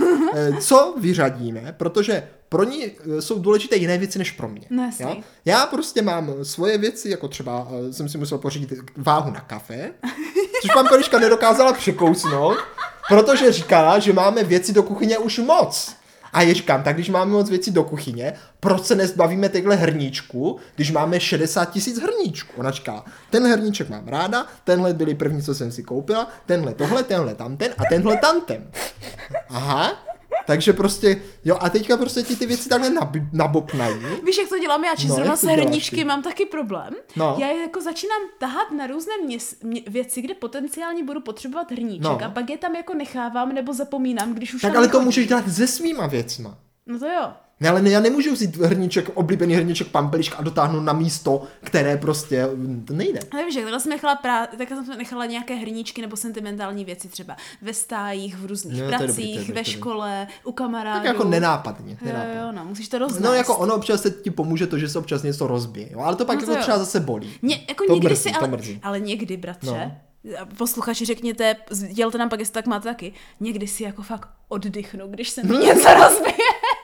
S1: Co vyřadíme, protože pro ní jsou důležité jiné věci než pro mě.
S2: No,
S1: jo? Já prostě mám svoje věci, jako třeba jsem si musel pořídit váhu na kafe, což Pampeliška nedokázala překousnout, protože říkala, že máme věci do kuchyně už moc. A já říkám, tak když máme moc věcí do kuchyně, proč se nezbavíme těchto hrníčku, když máme šedesát tisíc hrníčků? Ona říká, ten hrníček mám ráda, tenhle byly první, co jsem si koupila, tenhle tohle, tenhle tamten a tenhle tamten. Aha, takže prostě, jo, a teďka prostě ti ty věci takhle nab- nabopnají.
S2: Víš, jak to dělám já, či
S1: no,
S2: zrovna s hrníčky mám taky problém.
S1: No.
S2: Já jako začínám tahat na různé měs- mě- věci, kde potenciálně budu potřebovat hrníček
S1: no.
S2: a pak je tam jako nechávám nebo zapomínám, když už
S1: tak
S2: tam
S1: ale
S2: nechodí.
S1: to můžeš dělat se svýma věcma.
S2: No to jo.
S1: Ne, ale ne, já nemůžu vzít hrníček, oblíbený hrníček Pampeliška a dotáhnout na místo, které prostě, to nejde.
S2: Ale víš, takhle jsem nechala, prá- takhle jsem nechala nějaké hrníčky nebo sentimentální věci třeba ve stájích, v různých
S1: no,
S2: pracích,
S1: dobrý, dobrý,
S2: ve
S1: dobrý.
S2: škole, u kamarádů.
S1: Tak jako nenápadně. nenápadně.
S2: Jo, jo, no, musíš to roznést.
S1: No jako ono občas se ti pomůže to, že se občas něco rozbije, jo, ale to pak
S2: no to
S1: jako
S2: jo.
S1: třeba zase bolí.
S2: Ně, jako
S1: to
S2: někdy
S1: mrzí,
S2: si,
S1: to
S2: ale,
S1: mrzí.
S2: ale někdy, bratře,
S1: No.
S2: Posluchači, řekněte, dělte nám pak, jestli tak máte taky. Někdy si jako fakt oddychnu, když se mi něco rozbije.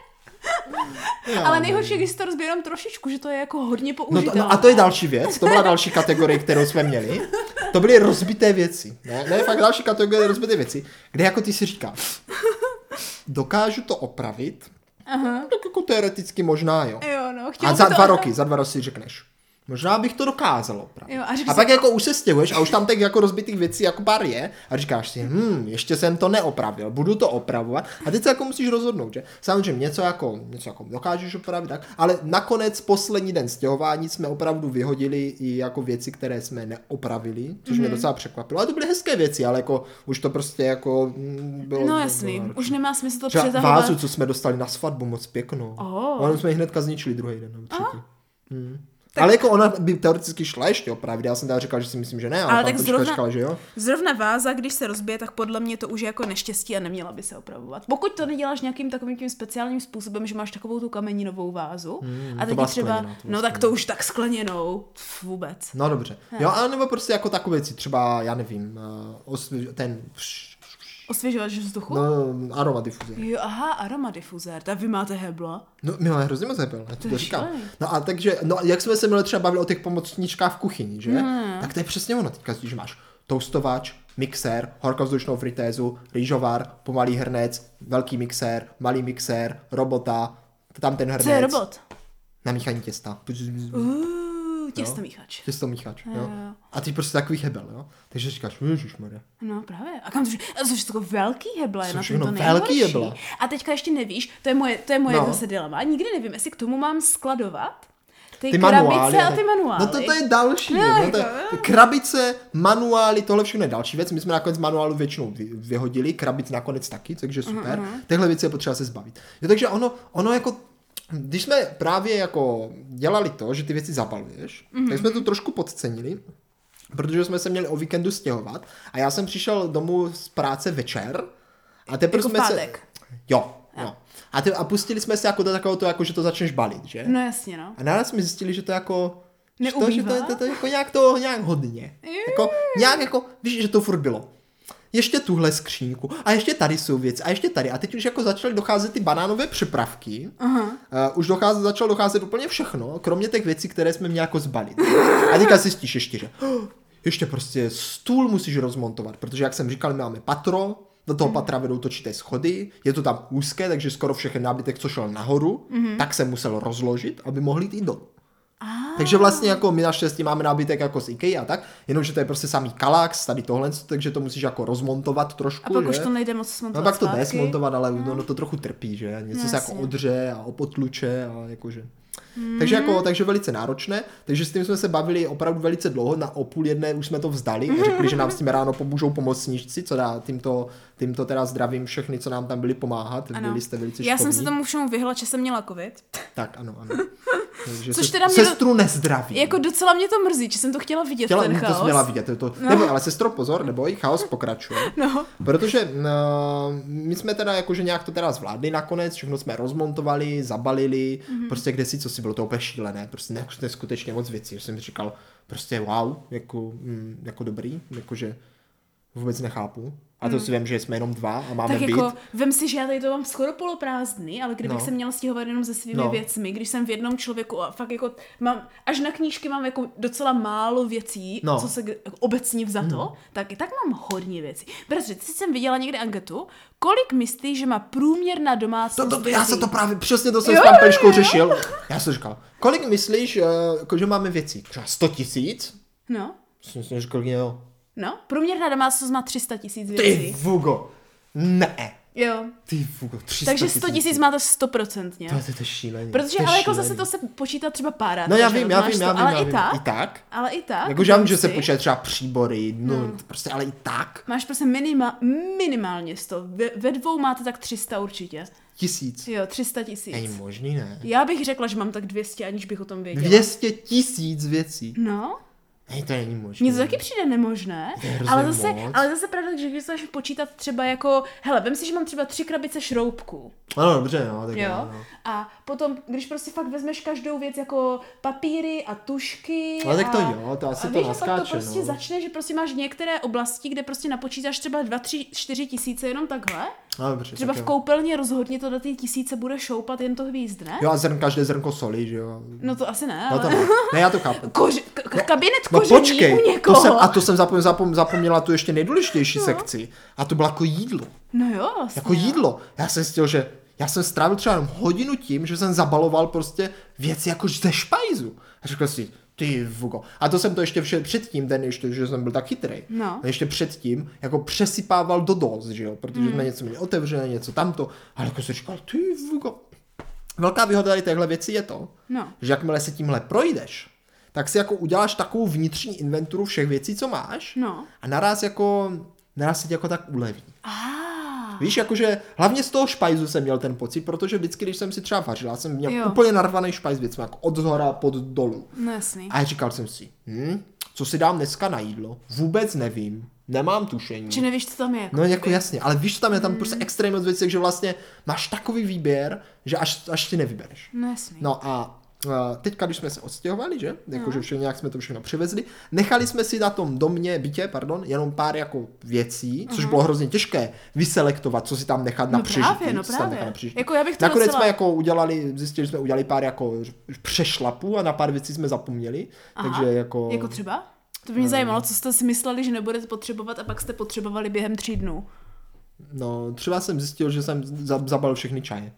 S2: Já, ale nejhorší, když si to rozbije jenom trošičku, že to je jako hodně použitelné.
S1: No, no a to je další věc, to byla další kategorie, kterou jsme měli. To byly rozbité věci. Ne, ne fakt další kategorie rozbité věci, kde jako ty si říkáš, dokážu to opravit,
S2: aha.
S1: Tak jako teoreticky možná, jo.
S2: jo no,
S1: a za dva to... roky, za dva roky si řekneš, možná bych to dokázal opravit.
S2: Jo, a,
S1: a pak si... jako už se stěhuješ a už tam tak jako rozbitých věcí jako pár je a říkáš si, hm, ještě jsem to neopravil, budu to opravovat a teď se jako musíš rozhodnout, že? Samozřejmě něco jako, něco jako dokážeš opravit, tak, ale nakonec poslední den stěhování jsme opravdu vyhodili i jako věci, které jsme neopravili, což mm-hmm. mě docela překvapilo. Ale to byly hezké věci, ale jako už to prostě jako bylo...
S2: No jasný, bylo už nemá smysl to
S1: třeba
S2: přetahovat.
S1: Vázu, co jsme dostali na svatbu, moc pěknou.
S2: Oh.
S1: Ono jsme ji hnedka zničili druhý den, nebo třetí. Hmm. Tak... Ale jako ona by teoreticky šla ještě opravit, já jsem teda říkal, že si myslím, že ne, ale, ale tak zrovna, říkala, že jo.
S2: Zrovna váza, když se rozbije, tak podle mě to už je jako neštěstí a neměla by se opravovat. Pokud to neděláš nějakým takovým tím speciálním způsobem, že máš takovou tu kameninovou vázu hmm, a teď třeba, no tak to už tak skleněnou, vůbec.
S1: No dobře. Ne. Jo, ale nebo prostě jako takové věci, třeba, já nevím, ten...
S2: Osvěžovač vzduchu?
S1: No, aromadifuzér.
S2: Jo, aha, aromadifuzér. Tak vy máte hebla?
S1: No, my máme hrozně moc hebel, já ti to říkám. No a takže, no jak jsme se měli třeba bavili o těch pomocníčkách v kuchyni, že? Hmm. Tak to je přesně ono. Teďka, když máš toustovač, mixér, horkovzdušnou fritézu, rýžovar, pomalý hrnec, velký mixér, malý mixér, robota, tam ten hrnec.
S2: Co je robot?
S1: Na míchání těsta.
S2: Uh. Těstomíchač.
S1: Těstomíchač, jo. jo. A ty prostě takový hebel, jo. Takže říkáš, ježišmarja.
S2: No právě. A kam to a to jsou velký heble, na
S1: tom
S2: to
S1: velký hebla.
S2: A teďka ještě nevíš, to je moje, to je moje no. zase dilema. Nikdy nevím, jestli k tomu mám skladovat ty, ty krabice manuály, a ty manuály.
S1: No to, to je další věc. No, to je, krabice, manuály, tohle všechno je další věc. My jsme nakonec manuálu většinou vyhodili, krabic nakonec taky, takže super. Uh-huh. Téhle věci je potřeba se zbavit. Jo, takže ono, ono jako když jsme právě jako dělali to, že ty věci zabaluješ, mm-hmm. tak jsme to trošku podcenili, protože jsme se měli o víkendu stěhovat a já jsem přišel domů z práce večer a teprve
S2: jako
S1: jsme
S2: pátek.
S1: se... Jo, jo. A, te... a pustili jsme se jako do takového to, jako, že to začneš balit, že?
S2: No jasně, no.
S1: A naraz jsme zjistili, že to jako... Že to, že to, to, to, to jako nějak to nějak hodně. Jako, nějak jako, víš, že to furt bylo. Ještě tuhle skřínku a ještě tady jsou věci a ještě tady a teď už jako začaly docházet ty banánové připravky, uh-huh. uh, už docházet, začalo docházet úplně všechno, kromě těch věcí, které jsme měli jako zbalit. A teďka si zjistíš ještě, že oh, ještě prostě stůl musíš rozmontovat, protože jak jsem říkal, my máme patro, do toho patra vedou točité schody, je to tam úzké, takže skoro všechny nábytek, co šel nahoru, uh-huh. tak se musel rozložit, aby mohli jít dolů. Ah. Takže vlastně jako my naštěstí máme nábytek jako z IKEA a tak, jenomže to je prostě samý kalax, tady tohle, takže to musíš jako rozmontovat trošku,
S2: a pak
S1: že?
S2: už to nejde moc smontovat.
S1: No pak to jde smontovat, ale no. no to trochu trpí, že? Něco no, se jako odře a opotluče a jakože... Mm. Takže jako, takže velice náročné, takže s tím jsme se bavili opravdu velice dlouho, na o půl jedné už jsme to vzdali a řekli, že nám s tím ráno pomůžou pomocníčci, co dá tímto, tímto teda zdravím všechny, co nám tam byli pomáhat, ano. Byli jste velice škodní.
S2: Já jsem se tomu všemu vyhla, že jsem měla covid.
S1: Tak, ano, ano. Takže
S2: což
S1: se,
S2: teda mě
S1: sestru nezdraví.
S2: Jako docela mě to mrzí, že jsem to chtěla vidět, chtěla, ten chaos.
S1: To jsi měla vidět, to, to, no. Neboj, ale sestro, pozor, neboj, chaos pokračuje.
S2: No.
S1: Protože no, my jsme teda jakože nějak to teda zvládli nakonec, všechno jsme rozmontovali, zabalili, mm-hmm. prostě kde si, co si bylo to úplně šílené, prostě ne, neskutečně moc věcí, že jsem říkal, prostě wow, jako, mm, jako dobrý, jakože vůbec nechápu. A to mm. si vím, že jsme jenom dva a máme
S2: tak
S1: byt.
S2: Jako, vem si, že já tady to mám skoro poloprázdný, ale kdybych no. se měla stěhovat jenom se svými no. věcmi, když jsem v jednom člověku a fakt jako mám, až na knížky mám jako docela málo věcí, no. co se obecně vzato, mm. tak i tak mám hodně věcí. Bratře, ty jsem viděla někde anketu, kolik myslíš, že má průměrná domácnost
S1: to, to, Já se to právě, přesně to jsem jo, s pampeliškou řešil. Já jsem říkal, kolik myslíš, že máme věcí? Třeba sto tisíc?
S2: No.
S1: Jsem si říkal, jo.
S2: No, průměrná domácnost má tři sta tisíc věcí.
S1: Ty Vugo, ne.
S2: Jo.
S1: Ty Vugo, tři sta
S2: Takže sto tisíc máte sto procent.
S1: To, to, to je šílený.
S2: Protože ale jako zase to se počítá třeba párát.
S1: No já vím, já vím, já vím.
S2: Ale
S1: já
S2: i
S1: vím.
S2: tak.
S1: I tak.
S2: Ale i tak.
S1: Jakože já vím, že se počítá třeba příbory, no hmm. prostě, ale i tak.
S2: Máš prostě minima, minimálně sto. Ve, ve dvou máte tak tři sta určitě.
S1: Tisíc.
S2: Jo, tři sta tisíc.
S1: Není možný, ne?
S2: Já bych řekla, že mám tak dvě stě, aniž bych o tom věděla.
S1: dvě stě tisíc věcí.
S2: No.
S1: Hej, to není možné.
S2: Mně to taky přijde nemožné, ale zase, ale zase pravda, že když se začnu počítat třeba jako, hele, vem si, že mám třeba tři krabice šroubků.
S1: Ano, dobře, no, tak
S2: jo.
S1: jo. No.
S2: A potom, když prostě fakt vezmeš každou věc jako papíry a tušky.
S1: Ale tak to
S2: a,
S1: jo, to asi
S2: a
S1: to
S2: víš,
S1: naskáče,
S2: a pak to prostě
S1: no.
S2: začne, že prostě máš některé oblasti, kde prostě napočítáš třeba dva, tři, čtyři tisíce jenom takhle.
S1: No, dobře,
S2: třeba
S1: tak
S2: v
S1: jo.
S2: koupelně rozhodně to do té tisíce bude šoupat jen to hvízdne.
S1: Jo, a zrn, každé zrnko soli, že jo.
S2: No to asi ne,
S1: No
S2: ale...
S1: to ne, ne, já to chápu.
S2: Koži, k- kabinet
S1: No
S2: koření
S1: počkej,
S2: u
S1: to
S2: někoho.
S1: jsem, a to jsem zapom, zapom, zapomněla tu ještě nejdůležitější no. sekci. A to bylo jako jídlo.
S2: No jo, vlastně.
S1: Jako jídlo. Já jsem zjistil, že já jsem strávil třeba jenom hodinu tím, že jsem zabaloval prostě věci jako ze špajzu. A řekl si, ty vugo. A to jsem to ještě vše, předtím, den ještě, že jsem byl tak chytrý.
S2: No.
S1: A ještě předtím, jako přesypával do dos, že jo, protože mm. jsme něco měli otevřené, něco tamto. Ale jako jsem říkal, ty vugo. Velká výhoda tady téhle věci je to,
S2: no.
S1: že jakmile se tímhle projdeš, tak si jako uděláš takovou vnitřní inventuru všech věcí, co máš.
S2: No.
S1: A naraz jako, naraz se ti jako tak uleví.
S2: Ah.
S1: Víš, jakože hlavně z toho špajzu jsem měl ten pocit, protože vždycky, když jsem si třeba vařila, jsem měl
S2: jo.
S1: úplně narvaný špajz věcmi, jako od zhora pod dolů.
S2: No jasný.
S1: A říkal jsem si, hm, co si dám dneska na jídlo? Vůbec nevím, nemám tušení.
S2: Či nevíš, co tam je? Jako
S1: No jako jasně, ale víš, co tam je, tam mm. prostě extrémně moc věcí, že vlastně máš takový výběr, že až, až si nevybereš.
S2: No jasný.
S1: No a teďka, když jsme se odstěhovali, že? Jakože všechno, nějak jsme to všechno přivezli. Nechali jsme si na tom domě, bytě, pardon, jenom pár jako věcí, což uh-huh. bylo hrozně těžké vyselektovat, co si tam nechat na
S2: no
S1: přežití.
S2: Právě, no právě.
S1: Na přežití.
S2: Jako já bych to
S1: Nakonec
S2: docela...
S1: jsme jako udělali, zjistili, že jsme udělali pár jako přešlapů a na pár věcí jsme zapomněli.
S2: Aha.
S1: Takže jako...
S2: Jako třeba? To by mě zajímalo, co jste si mysleli, že nebudete potřebovat a pak jste potřebovali během tří dnů.
S1: No, třeba jsem zjistil, že jsem zabalil všechny čaje.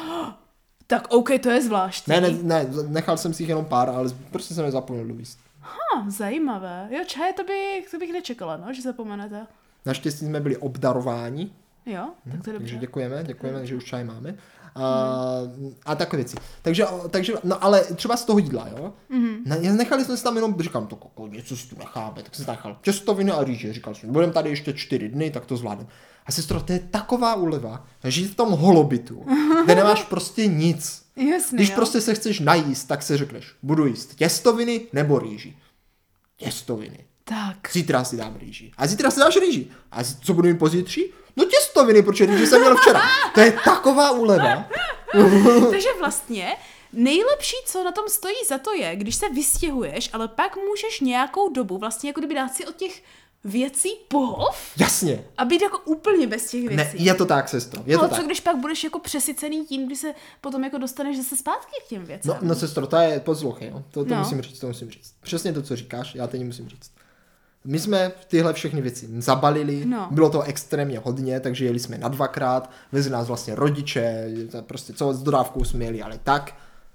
S2: Tak OK, to je zvláštní.
S1: Ne, ne, ne, nechal jsem si jich jenom pár, ale prostě jsem je zapomněl dovíst.
S2: Ha, zajímavé. Jo, čaje to bych, to bych nečekala, no, že zapomenete.
S1: Naštěstí jsme byli obdarováni.
S2: Jo, tak to je dobře.
S1: Takže děkujeme, děkujeme, že už čaj máme. A, hmm. a takové věci. Takže, takže, no ale třeba z toho jídla, jo. Mm-hmm. Nechali jsme se tam jenom, říkám, to koko, něco si tu necháme, tak jsem se nechal těstoviny a rýže. Říkal jsem, budeme tady ještě čtyři dny, tak to zvládneme. A sestro, to je taková úleva, žít v tom holobitu, kde nemáš prostě nic.
S2: Jasný,
S1: Když
S2: jo.
S1: prostě se chceš najíst, tak se řekneš, budu jíst těstoviny nebo rýži. Těstoviny.
S2: Tak.
S1: Zítra si dám rýži. A zítra si dáš rýži. A co budu mít pozítří? No těstoviny, protože rýži jsem měl včera. To je taková úleva.
S2: Takže vlastně nejlepší, co na tom stojí za to je, když se vystěhuješ, ale pak můžeš nějakou dobu vlastně jako kdyby dát si od těch věcí pohov.
S1: Jasně.
S2: A být jako úplně bez těch věcí.
S1: Ne, je to tak, sestro. Je
S2: ale
S1: to
S2: co
S1: tak.
S2: když pak budeš jako přesycený tím, když se potom jako dostaneš zase zpátky k těm věcem?
S1: No, no sestro, to je poslouchej, jo. To, to
S2: no.
S1: musím říct, to musím říct. Přesně to, co říkáš, já teď musím říct. My jsme tyhle všechny věci zabalili,
S2: no.
S1: Bylo to extrémně hodně, takže jeli jsme na dvakrát, vezli nás vlastně rodiče, prostě co s dodávkou jsme jeli, ale tak.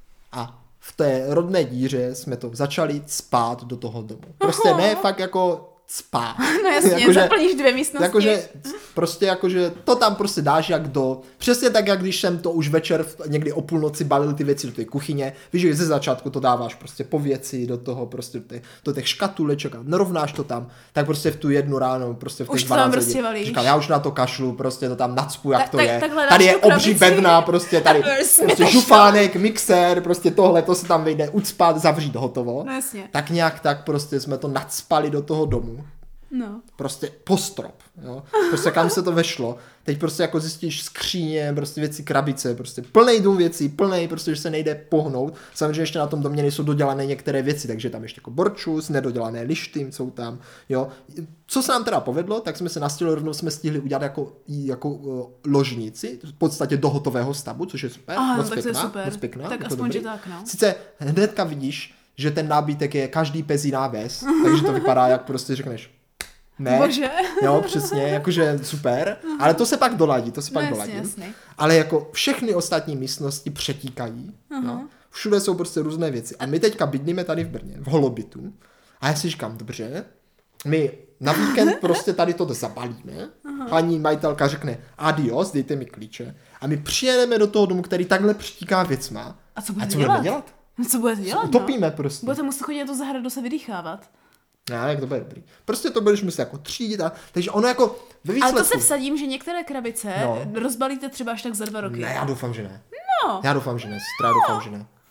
S1: A v té rodné díře jsme to začali spát do toho domu. Prostě
S2: Aha.
S1: ne fakt jako spát.
S2: No jasně,
S1: jakože,
S2: zaplníš dvě místnosti.
S1: Jakože prostě jakože to tam prostě dáš jak do, přesně tak, jak když jsem to už večer někdy o půlnoci balil ty věci do té kuchyně, víš, že ze začátku to dáváš prostě po věci do toho prostě do těch, do těch škatuleček a narovnáš to tam, tak prostě v tu jednu ráno prostě v těch dvanáct
S2: prostě valíš.
S1: Říkám, já už na to kašlu, prostě to tam nacpu, jak
S2: tak,
S1: to
S2: tak,
S1: je.
S2: Tak
S1: tady je obří
S2: krabici.
S1: bedna, prostě tady prostě žufánek, mixér, prostě tohle, to se tam vejde ucpat, zavřít, hotovo.
S2: No jasně.
S1: Tak nějak tak prostě jsme to nacpali do toho domu.
S2: No.
S1: Prostě postrop, jo. Prostě kam se to vešlo. Teď prostě jako zjistíš skříně, prostě věci, krabice, prostě plnej dům věcí, plnej, prostě, že se nejde pohnout. Samozřejmě ještě na tom domě nejsou dodělané některé věci, takže tam ještě jako borčus, nedodělané lišty jsou tam, jo. Co se nám teda povedlo, tak jsme se na stělu rovnou jsme stihli udělat jako, jako uh, ložnici, v podstatě do hotového stavu, což je super,
S2: Aha,
S1: moc
S2: no,
S1: pěkná,
S2: tak to je super.
S1: moc pěkná.
S2: Tak
S1: jako
S2: aspoň,
S1: dobrý.
S2: že tak, no.
S1: Sice hnedka vidíš, že ten nábytek je každý pezíná ves, takže to vypadá, jak prostě řekneš, ne,
S2: Bože.
S1: jo, přesně, jakože super, ale to se pak doladí, to se pak
S2: no,
S1: doladí.
S2: Jasný.
S1: Ale jako všechny ostatní místnosti přetíkají, no. Všude jsou prostě různé věci. A my teďka bydlíme tady v Brně, v Holobitu, a já si říkám, dobře, my na víkend prostě tady to zabalíme, aha. Paní majitelka řekne adios, dejte mi klíče, a my přijedeme do toho domu, který takhle přitíká věcma.
S2: A co budete
S1: a co
S2: dělat?
S1: budeme dělat?
S2: No, co budete dělat?
S1: Utopíme
S2: no?
S1: prostě.
S2: Budete muset chodit na tu zahradu se vydýchávat.
S1: Ne, jak to bude dobrý. Prostě to budeš muset jako třídit a... Takže ono jako ve výsledku...
S2: Ale to se vsadím, že některé krabice
S1: no.
S2: rozbalíte třeba až tak za dva roky.
S1: Ne, já doufám, že ne.
S2: No.
S1: Já doufám, že ne. Stra, doufám, že ne.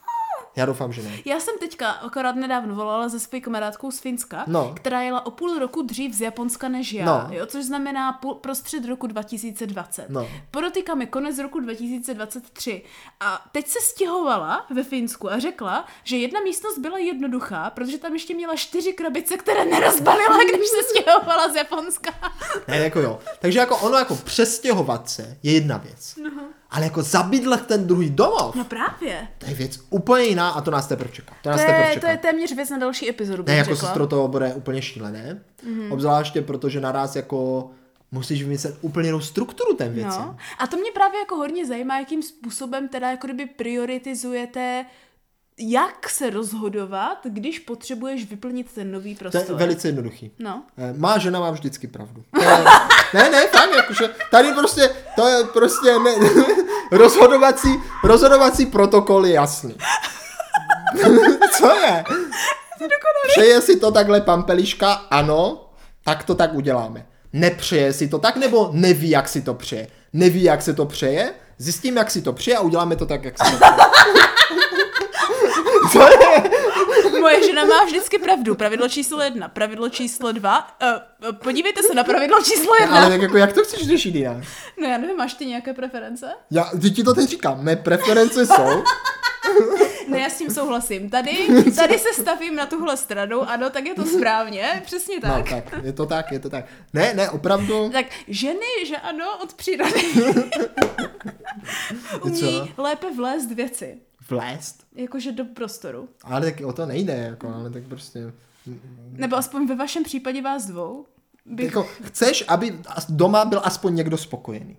S1: Já doufám, že ne.
S2: Já jsem teďka akorát nedávno volala se svojí kamarádkou z Finska,
S1: no.
S2: která jela o půl roku dřív z Japonska než já,
S1: no.
S2: jo, což znamená půl, prostřed roku dva tisíce dvacet.
S1: No.
S2: Podotýkám je konec roku dva tisíce dvacet tři. A teď se stěhovala ve Finsku a řekla, že jedna místnost byla jednoduchá, protože tam ještě měla čtyři krabice, které nerozbalila, když se stěhovala z Japonska.
S1: Ne, jako jo. Takže jako ono jako přestěhovat se je jedna věc.
S2: No.
S1: Ale jako zabydlet ten druhý domov.
S2: No právě.
S1: To je věc úplně jiná a to nás teprve čeká. To, nás
S2: to,
S1: teprve
S2: je,
S1: čeká.
S2: to je téměř věc na další epizodu,
S1: Ne,
S2: bych
S1: jako
S2: řekla.
S1: sestro, to bude úplně šílené. Mm-hmm. Obzvláště, protože naraz jako musíš vymyslet úplně jinou strukturu ten věci.
S2: No. A to mě právě jako hodně zajímá, jakým způsobem teda jako kdyby prioritizujete, jak se rozhodovat, když potřebuješ vyplnit ten nový prostor.
S1: To je velice jednoduchý.
S2: No.
S1: Má žena má vždycky pravdu. To je, ne, ne, fakt, jakože tady prostě, to je prostě ne, rozhodovací, rozhodovací protokol je jasný. Co je? Přeje si to takhle Pampeliška? Ano, tak to tak uděláme. Nepřeje si to tak, nebo neví, jak si to přeje? Neví, jak se to přeje? Zjistím, jak si to přeje a uděláme to tak, jak si to přeje. Co je?
S2: Moje žena má vždycky pravdu. Pravidlo číslo jedna. Pravidlo číslo dva. Uh, podívejte se na pravidlo číslo jedna.
S1: Ale tak jako, jak to chceš řešit jinak?
S2: No já nevím, máš ty nějaké preference?
S1: Já teď ti to teď říkám. Mé preference jsou...
S2: Ne, já s tím souhlasím. Tady, tady se stavím na tuhle stranu, ano, tak je to správně, přesně tak.
S1: No tak, je to tak, je to tak. Ne, ne, opravdu.
S2: Tak ženy, že ano, od přírody umí
S1: Co?
S2: lépe vlézt věci.
S1: Vlézt?
S2: Jakože do prostoru.
S1: Ale tak o to nejde, jako, ale tak prostě...
S2: Nebo aspoň ve vašem případě vás dvou. Bych...
S1: Jako, chceš, aby doma byl aspoň někdo spokojený.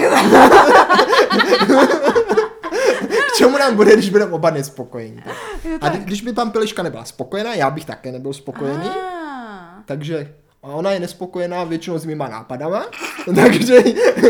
S1: K čemu nám bude, když budeme oba nespokojení? A když by tam Piliška nebyla spokojená, já bych také nebyl spokojený.
S2: Ah.
S1: Takže a ona je nespokojená většinou s mýma nápadama. takže...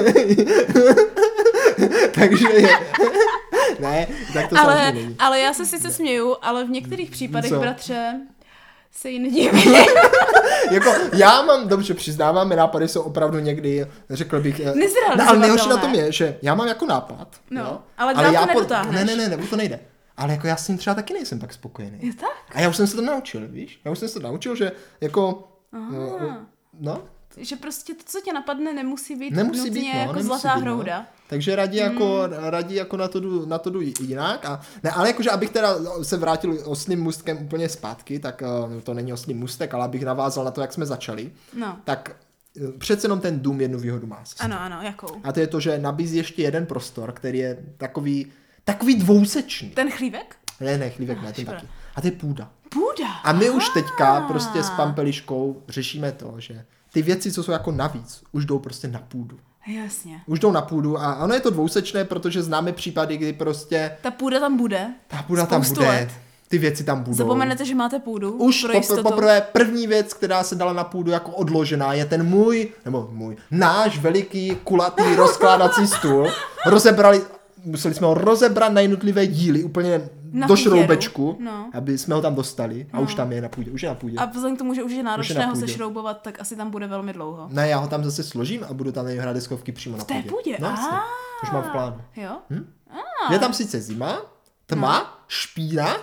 S1: takže je... ne, tak to
S2: ale,
S1: samozřejmě není.
S2: ale já se sice směju, ale v některých případech,
S1: Co?
S2: bratře, se jí nedívej.
S1: Jako, já mám, dobře přiznávám, mé nápady jsou opravdu někdy, řekl bych...
S2: Nezrealizovatelné.
S1: No, ale nejhorší na tom je, že já mám jako nápad.
S2: No,
S1: jo,
S2: ale dál
S1: já
S2: to nedotáhneš.
S1: Ne, ne, ne, ne, to nejde. Ale jako já s tím třeba taky nejsem tak spokojený.
S2: Je tak?
S1: A já už jsem se to naučil, víš? Já už jsem se to naučil, že jako...
S2: Aha.
S1: No,
S2: Že prostě to, co tě napadne, nemusí být
S1: nemusí
S2: nutně
S1: být, no,
S2: jako
S1: nemusí
S2: zlatá
S1: být,
S2: hrouda.
S1: No. Takže radí
S2: Hmm.
S1: jako, radí jako na to jdu, na to jdu jinak. A, ne, ale jakože abych teda se vrátil oslým můstkem úplně zpátky, tak uh, to není oslý můstek, ale abych navázal na to, jak jsme začali.
S2: No.
S1: Tak uh, přece jenom ten dům jednu výhodu má.
S2: Ano, ano, jakou?
S1: A to je to, že nabízí ještě jeden prostor, který je takový, takový dvousečný.
S2: Ten chlívek?
S1: Ne, ne, chlívek ne, ten
S2: škoda.
S1: taky. A to je půda.
S2: Půda.
S1: A my už teďka
S2: Aha.
S1: prostě s Pampeliškou řešíme to, že ty věci, co jsou jako navíc, už jdou prostě na půdu.
S2: Jasně.
S1: Už jdou na půdu a ono je to dvousečné, protože známe případy, kdy prostě
S2: Ta půda tam bude.
S1: ta půda tam
S2: Spoustu
S1: bude,
S2: let.
S1: ty věci tam budou.
S2: Zapomenete, že máte půdu?
S1: Už
S2: pro
S1: popr-
S2: jistotu.
S1: poprvé první věc, která se dala na půdu jako odložená, je ten můj, nebo můj, náš veliký kulatý rozkládací stůl. Rozebrali, museli jsme ho rozebrat na jednotlivé díly, úplně
S2: Na
S1: do
S2: pítěru.
S1: šroubečku,
S2: No.
S1: aby jsme ho tam dostali a
S2: No.
S1: už tam je na půdě, už je na půdě.
S2: A vzhledem k tomu, že už je náročné
S1: na
S2: ho
S1: půdě.
S2: sešroubovat, tak asi tam bude velmi dlouho.
S1: Ne, já ho tam zase složím a budu tam hrát deskovky přímo na
S2: V té
S1: půdě.
S2: půdě?
S1: No, jasně.
S2: Ah.
S1: Už mám v plánu.
S2: Jo?
S1: Hm? Je tam sice zima, tma, no. špína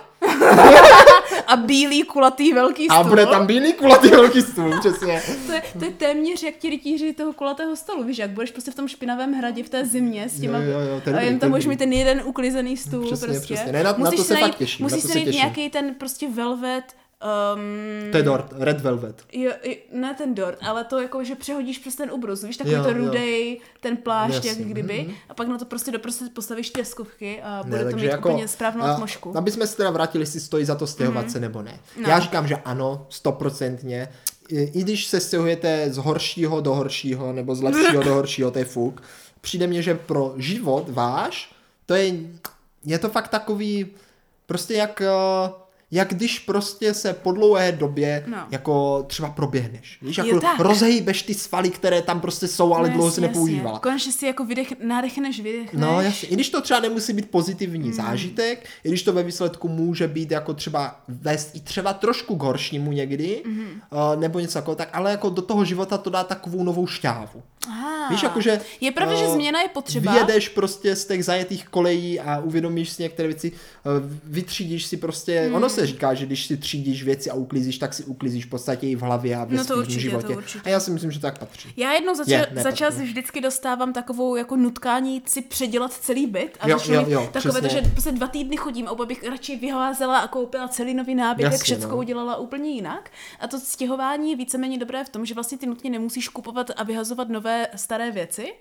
S2: A bílý, kulatý, velký stůl.
S1: a bude tam bílý kulatý velký stůl, přesně.
S2: To je, to je téměř jak ti rytíři toho kulatého stolu, víš, jak budeš prostě v tom špinavém hradě v té zimě s těma,
S1: Jo, jo, jo, to je
S2: a
S1: dobrý,
S2: jen
S1: to je
S2: tam budeš
S1: dobrý.
S2: mít ten jeden uklizený stůl
S1: Přesně,
S2: prostě.
S1: přesně. Ne, na- na
S2: musíš
S1: to
S2: si
S1: se
S2: najít,
S1: fakt těším, na
S2: musíš
S1: to
S2: si
S1: se
S2: najít
S1: těším.
S2: nějaký ten prostě velvet, um,
S1: To je dort, red velvet.
S2: Jo, jo, ne ten dort, ale to jako, že přehodíš přes ten ubrus, víš, takový
S1: Jo,
S2: to
S1: jo.
S2: rudej, ten plášť,
S1: Jasně,
S2: jak kdyby,
S1: mhm.
S2: a pak na to prostě doprostřed postavíš ty deskovky a
S1: Ne,
S2: bude to
S1: takže
S2: mít
S1: jako,
S2: úplně správnou
S1: a,
S2: atmosféru.
S1: Aby jsme se teda vrátili, jestli stojí za to stěhovat mm-hmm. se nebo ne.
S2: No.
S1: Já říkám, že ano, stoprocentně. I, I když se stěhujete z horšího do horšího, nebo z lepšího do horšího, to je fuk. Přijde mně, že pro život váš, to je, je to fakt takový, prostě jak... jak když prostě se po dlouhé době
S2: No.
S1: jako třeba proběhneš. Víš,
S2: Je
S1: jako
S2: tak.
S1: rozhejbeš ty svaly, které tam prostě jsou, ale
S2: No,
S1: dlouho
S2: jasně,
S1: si nepoužívala.
S2: jasně. Konečně si jako vydech, nádechneš, vydechneš.
S1: No jasně, i když to třeba nemusí být pozitivní
S2: Hmm.
S1: zážitek, i když to ve výsledku může být jako třeba vést i třeba trošku k horšímu někdy,
S2: Mhm.
S1: uh, nebo něco takového, tak ale jako do toho života to dá takovou novou šťávu.
S2: Ah,
S1: Víš, jakože...
S2: Je pravda, uh, že změna je potřeba.
S1: Vyjedeš prostě z těch zajetých kolejí a uvědomíš si některé věci, vytřídíš si prostě... Hmm. Ono se říká, že když si třídíš věci a uklízíš, tak si uklízíš v podstatě i v hlavě a ve
S2: no
S1: svým životě. A já si myslím, že tak patří.
S2: Já jednou za, je, za čas vždycky dostávám takovou jako nutkání si předělat celý byt a
S1: jo, jo, jo,
S2: takové to, že prostě dva týdny chodím a bych radši vyházela a koupila celý nový nábytek, všecko no. udělala úplně jinak. A to stěhování je víceméně dobré v tom, že vlastně ty nutně nemusíš kupovat a vyhazovat nové staré věci,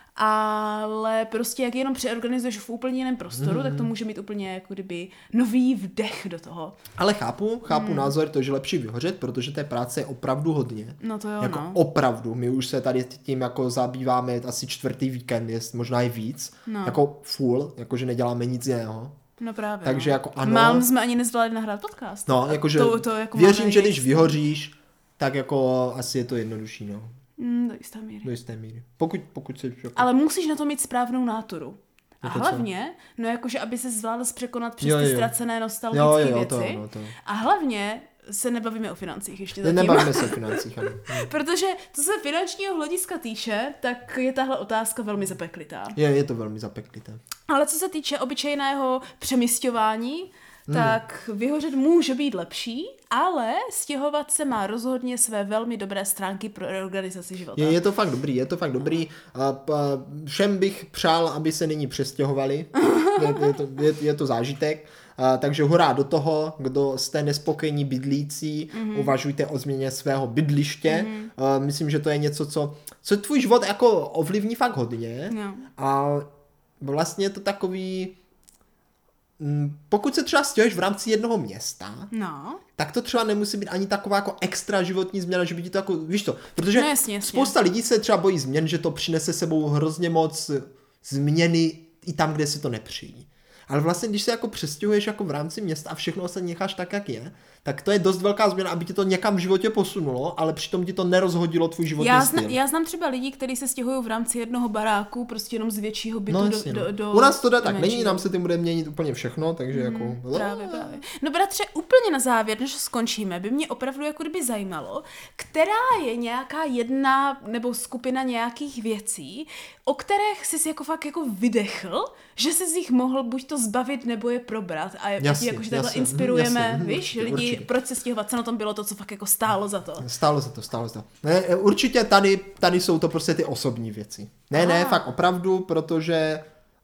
S2: ale prostě jak jenom přeorganizuješ v úplně jiném prostoru, mm. tak to může mít úplně jako kdyby nový vdech do toho.
S1: Ale chápu, chápu mm. názor, to, že lepší vyhořet, protože té práce je opravdu hodně.
S2: No to jo,
S1: jako
S2: no.
S1: opravdu. My už se tady tím jako zabýváme asi čtvrtý víkend, je možná i víc.
S2: No.
S1: Jako full, jakože neděláme nic jiného.
S2: No právě.
S1: Takže
S2: no.
S1: jako ano.
S2: Mám jsme ani nezvládli nahrát podcast.
S1: No, jakože
S2: to, to jako
S1: věřím, že když vyhoříš, tak jako asi je to jednodušší, no.
S2: Mm, do jisté míry.
S1: Do jisté míry. Pokud, pokud se... Jako...
S2: Ale musíš na to mít správnou náturu. A
S1: jako
S2: hlavně, co? no jakože, aby se zvládl překonat přes
S1: jo,
S2: ty
S1: jo.
S2: ztracené nostalgické
S1: jo, jo,
S2: věci.
S1: to, no, to.
S2: A hlavně se nebavíme o financích ještě zatím.
S1: Nebavíme se o financích, ano.
S2: Protože co se finančního hlediska týče, tak je tahle otázka velmi zapeklitá.
S1: Je, je to velmi zapeklité.
S2: Ale co se týče obyčejného přemysťování, Hmm. tak vyhořet může být lepší, ale stěhovat se má rozhodně své velmi dobré stránky pro reorganizaci života.
S1: Je, je to fakt dobrý, je to fakt dobrý. A, a všem bych přál, aby se nyní přestěhovali. Je, je, to, je, je to zážitek. A, takže hurá do toho, kdo jste nespokojení bydlící, mm-hmm. uvažujte o změně svého bydliště. Mm-hmm. A, myslím, že to je něco, co, co tvůj život jako ovlivní fakt hodně.
S2: No.
S1: A vlastně je to takový... Pokud se třeba stěhuješ v rámci jednoho města,
S2: no.
S1: tak to třeba nemusí být ani taková jako extra životní změna, že by ti to jako, víš to, protože
S2: no jasně, jasně.
S1: spousta lidí se třeba bojí změn, že to přinese sebou hrozně moc změny i tam, kde si to nepřijí. Ale vlastně, když se jako přestěhuješ jako v rámci města a všechno se necháš tak, jak je, tak to je dost velká změna, aby ti to někam v životě posunulo, ale přitom ti to nerozhodilo tvůj životní
S2: já
S1: styl.
S2: Zna, já znám třeba lidi, kteří se stěhují v rámci jednoho baráku, prostě jenom z většího bytu
S1: no,
S2: do,
S1: jasně,
S2: do, do...
S1: U nás to jde tak
S2: menšího.
S1: není, nám se tím bude měnit úplně všechno, takže mm, jako...
S2: Právě, právě. No bratře, úplně na závěr, než skončíme, by mě opravdu jako kdyby zajímalo, která je nějaká jedna nebo skupina nějakých věcí, o kterých jsi jako fakt jako vydechl, že jsi z nich mohl buď to zbavit, nebo je probrat. A jasně, jako, že takhle jasně, inspirujeme, jasně, víš, lidi, určitě. Proč se stěhovat, co na tom bylo to, co fakt jako stálo za to.
S1: Stálo za to, stálo za to. Ne, určitě tady, tady jsou to prostě ty osobní věci. Ne, Aha. ne, fakt opravdu, protože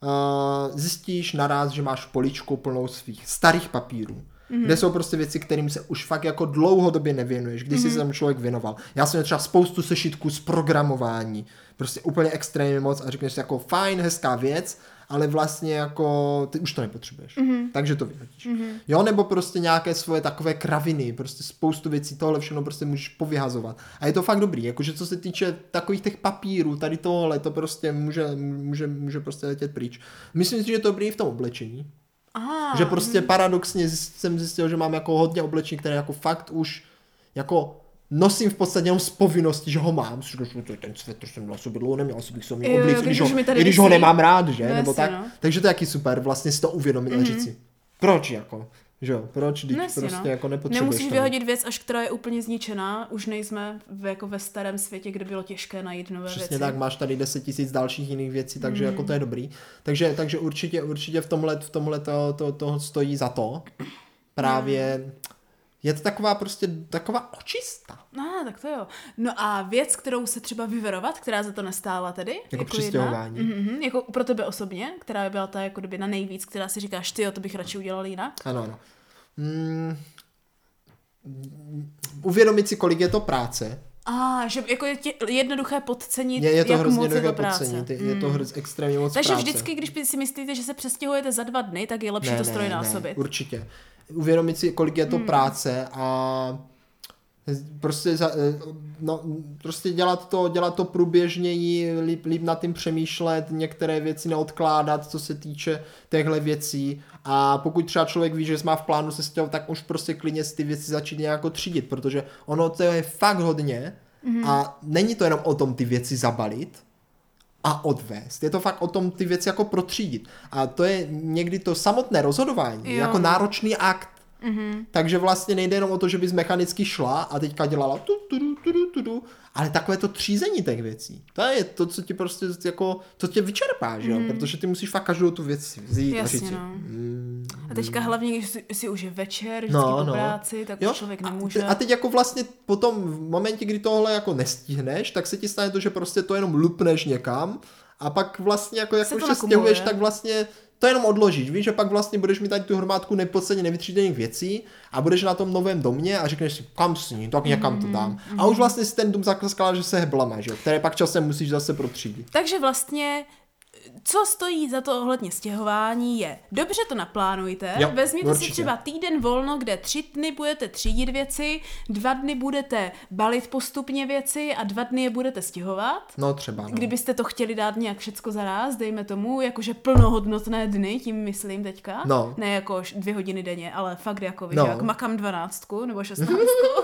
S1: uh, zjistíš naraz, že máš poličku plnou svých starých papírů. Mm-hmm. Kde jsou prostě věci, kterým se už fakt jako dlouhodobě nevěnuješ, když mm-hmm. jsi se tam člověk věnoval. Já jsem měl třeba spoustu sešitků z programování, prostě úplně extrémně moc a řekneš si jako fajn, hezká věc, ale vlastně jako ty už to nepotřebuješ. Mm-hmm. Takže to vyhodíš. Mm-hmm. Jo, nebo prostě nějaké svoje takové kraviny, prostě spoustu věcí, tohle všechno prostě můžeš povyhazovat. A je to fakt dobrý, jakože co se týče takových těch papírů, tady tohle, to prostě může, může, může prostě letět pryč. Myslím si, že je to dobrý i v tom oblečení.
S2: Aha.
S1: Že prostě paradoxně jsem zjistil, že mám jako hodně oblečení, které jako fakt už jako nosím v podstatě jenom z povinnosti, že ho mám. Ten svetr jsem na sobě dlouho neměl, asi bych se měl oblíct, když, ho, když ho nemám rád, že?
S2: No,
S1: Nebo tak.
S2: no.
S1: Takže to je jaký super, vlastně si to uvědomit mm-hmm. a říct si, proč jako? Že jo, proč, když
S2: no,
S1: prostě
S2: no.
S1: jako nepotřebuješ.
S2: Nemusíš vyhodit věc, až která je úplně zničená, už nejsme v, jako ve starém světě, kde bylo těžké najít nové
S1: Přesně
S2: věci.
S1: Přesně tak, máš tady deset tisíc dalších jiných věcí, takže mm. jako to je dobrý. Takže, takže určitě, určitě v tomhle, v tomhle to, to, to stojí za to. Právě mm. je to taková prostě, taková očista.
S2: No, tak to jo. No a věc, kterou se třeba vyverovat, která za to nestála tedy?
S1: Jako,
S2: jako
S1: přistěhování.
S2: Mm-hmm, jako pro tebe osobně, která byla ta jako doby na nejvíc, která si říkáš, ty jo, to bych radši udělal jinak.
S1: Ano, ano. Mm, uvědomit si, kolik je to práce.
S2: A, že jako je tě jednoduché podcenit,
S1: je, je to
S2: jak
S1: hrozně
S2: moc je to
S1: práce. Podcenit, je, mm. je to hrz, extrémně moc
S2: Takže
S1: práce.
S2: vždycky, když si myslíte, že se přestěhujete za dva dny, tak je lepší
S1: ne,
S2: to
S1: ne,
S2: strojnásobit.
S1: Ne, určitě. Uvědomit si, kolik je to mm. práce a prostě, no, prostě dělat to, dělat to průběžněji, líp, líp nad tím přemýšlet, některé věci neodkládat, co se týče těchto věcí. A pokud třeba člověk ví, že má v plánu se stěhovat, tak už prostě klidně si ty věci začít nějak třídit, protože ono to je fakt hodně mm-hmm. a není to jenom o tom ty věci zabalit a odvést. Je to fakt o tom ty věci jako protřídit. A to je někdy to samotné rozhodování, jo. jako náročný akt. Mm-hmm. Takže vlastně nejde jenom o to, že bys mechanicky šla a teďka dělala tu, tu, tu, tu, tu, tu, ale takové to třízení těch věcí. To je to, co ti prostě jako, to tě vyčerpá, že jo? Mm. Protože ty musíš fakt každou tu věc vzít
S2: Jasně,
S1: a říct.
S2: No.
S1: Mm,
S2: a teďka hlavně, když si, si už je večer, vždycky
S1: no,
S2: po
S1: no.
S2: práci, tak
S1: jo?
S2: už člověk nemůže.
S1: A teď jako vlastně potom v momentě, kdy tohle jako nestihneš, tak se ti stane to, že prostě to jenom lupneš někam a pak vlastně jako jak už se stěhuješ, tak vlastně to jenom odložíš, víš, že pak vlastně budeš mít tady tu hromádku nepodstatně nevytříděných věcí a budeš na tom novém domě a řekneš si, kam s ní, tak někam to dám. Mm-hmm. A už vlastně si ten dům zakleskala, že se heblama, že jo, které pak časem musíš zase protřídit.
S2: Takže vlastně co stojí za to ohledně stěhování je, dobře to naplánujte, jo, vezměte určitě si třeba týden volno, kde tři dny budete třídit věci, dva dny budete balit postupně věci a dva dny je budete stěhovat.
S1: No třeba. No.
S2: Kdybyste to chtěli dát nějak všecko za ráz, dejme tomu, jakože plnohodnotné dny, tím myslím teďka.
S1: No.
S2: Ne jako dvě hodiny denně, ale fakt jako víš,
S1: no.
S2: jak makám dvanáctku nebo šestnáctku.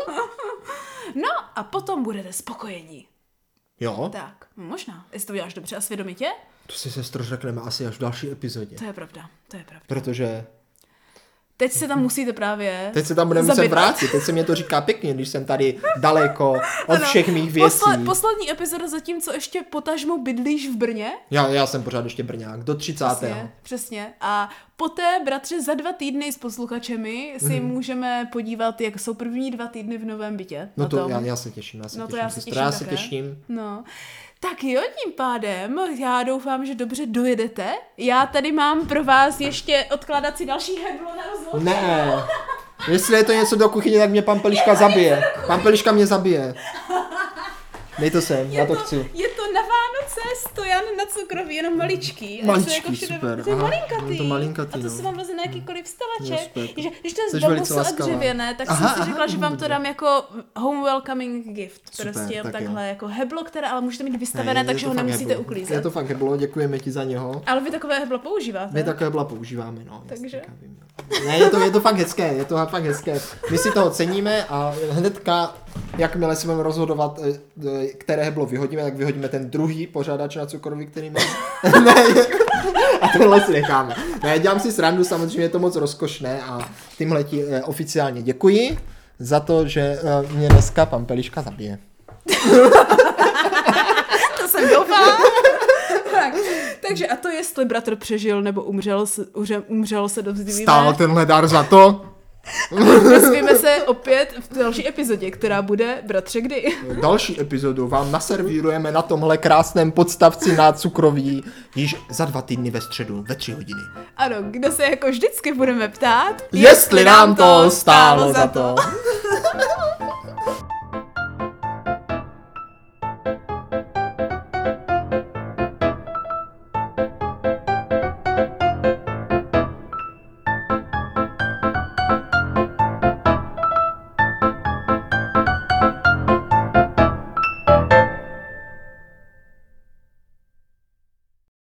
S2: No a potom budete spokojení.
S1: Jo.
S2: Tak, možná. Jestli to uděláš dobře a svědomitě.
S1: To si, sestro, řekneme asi až v další epizodě.
S2: To je pravda, to je pravda.
S1: Protože...
S2: Teď se tam musíte právě
S1: Teď se tam budeme muset vrátit, teď se mě to říká pěkně, když jsem tady daleko od ano, všech mých věcí.
S2: Posle, poslední epizoda zatím, co ještě potažmo bydlíš v Brně.
S1: Já, já jsem pořád ještě Brňák, do třicátého
S2: Přesně, přesně. A poté, bratře, za dva týdny s posluchačemi si mm. můžeme podívat, jak jsou první dva týdny v novém bytě.
S1: No to já, já se těším, já se
S2: no
S1: těším,
S2: to já se těším,
S1: já se těším.
S2: No. Tak jo, tím pádem, já doufám, že dobře dojedete. Já tady mám pro vás ještě odkládací další heblo na rozložení.
S1: Ne, jestli je to něco do kuchyně, tak mě pan Peliška zabije. Pan Peliška mě zabije. Dej to sem,
S2: je
S1: já to,
S2: to
S1: chci.
S2: Je to na Vánoce stojan na cukroví, jenom maličký.
S1: Maličký,
S2: jako všude,
S1: super.
S2: To je malinkatý.
S1: Je to malinkatý,
S2: a to
S1: no.
S2: se vám veze na jakýkoliv vstavaček. Že, když to je z
S1: Jsi
S2: bambusu a dřevěné, tak
S1: aha,
S2: jsem si řekla,
S1: aha,
S2: že vám to
S1: dobře.
S2: dám jako home welcoming gift.
S1: Super,
S2: prostě
S1: tak
S2: takhle,
S1: jo.
S2: jako heblo, které ale můžete mít vystavené,
S1: ne,
S2: takže ho nemusíte
S1: heblo.
S2: uklízet.
S1: Je to fakt heblo, děkujeme ti za něho.
S2: Ale vy takové heblo používáte?
S1: My takové hebla používáme, no.
S2: Takže?
S1: Ne, je to, je to fakt hezké, je to fakt hezké. My si toho ceníme a hnedka, jakmile si budeme rozhodovat, které heblo vyhodíme, tak vyhodíme ten druhý pořádač na cukroví, který máme. Ne, a tenhle si necháme. Ne, dělám si srandu, samozřejmě je to moc rozkošné a tímhle ti oficiálně děkuji za to, že mě dneska pan Peliška zabije.
S2: To jsem doufala. Tak, takže a to jestli bratr přežil nebo umřel, umřel, umřel se dovzdivíme.
S1: Stál tenhle dar za to?
S2: Dozvíme se opět v další epizodě, která bude Bratře kdy.
S1: Další epizodu vám naservírujeme na tomhle krásném podstavci na cukroví již za dva týdny ve středu ve tři hodiny.
S2: Ano, kde se jako vždycky budeme ptát,
S1: jestli, jestli nám to stálo za to.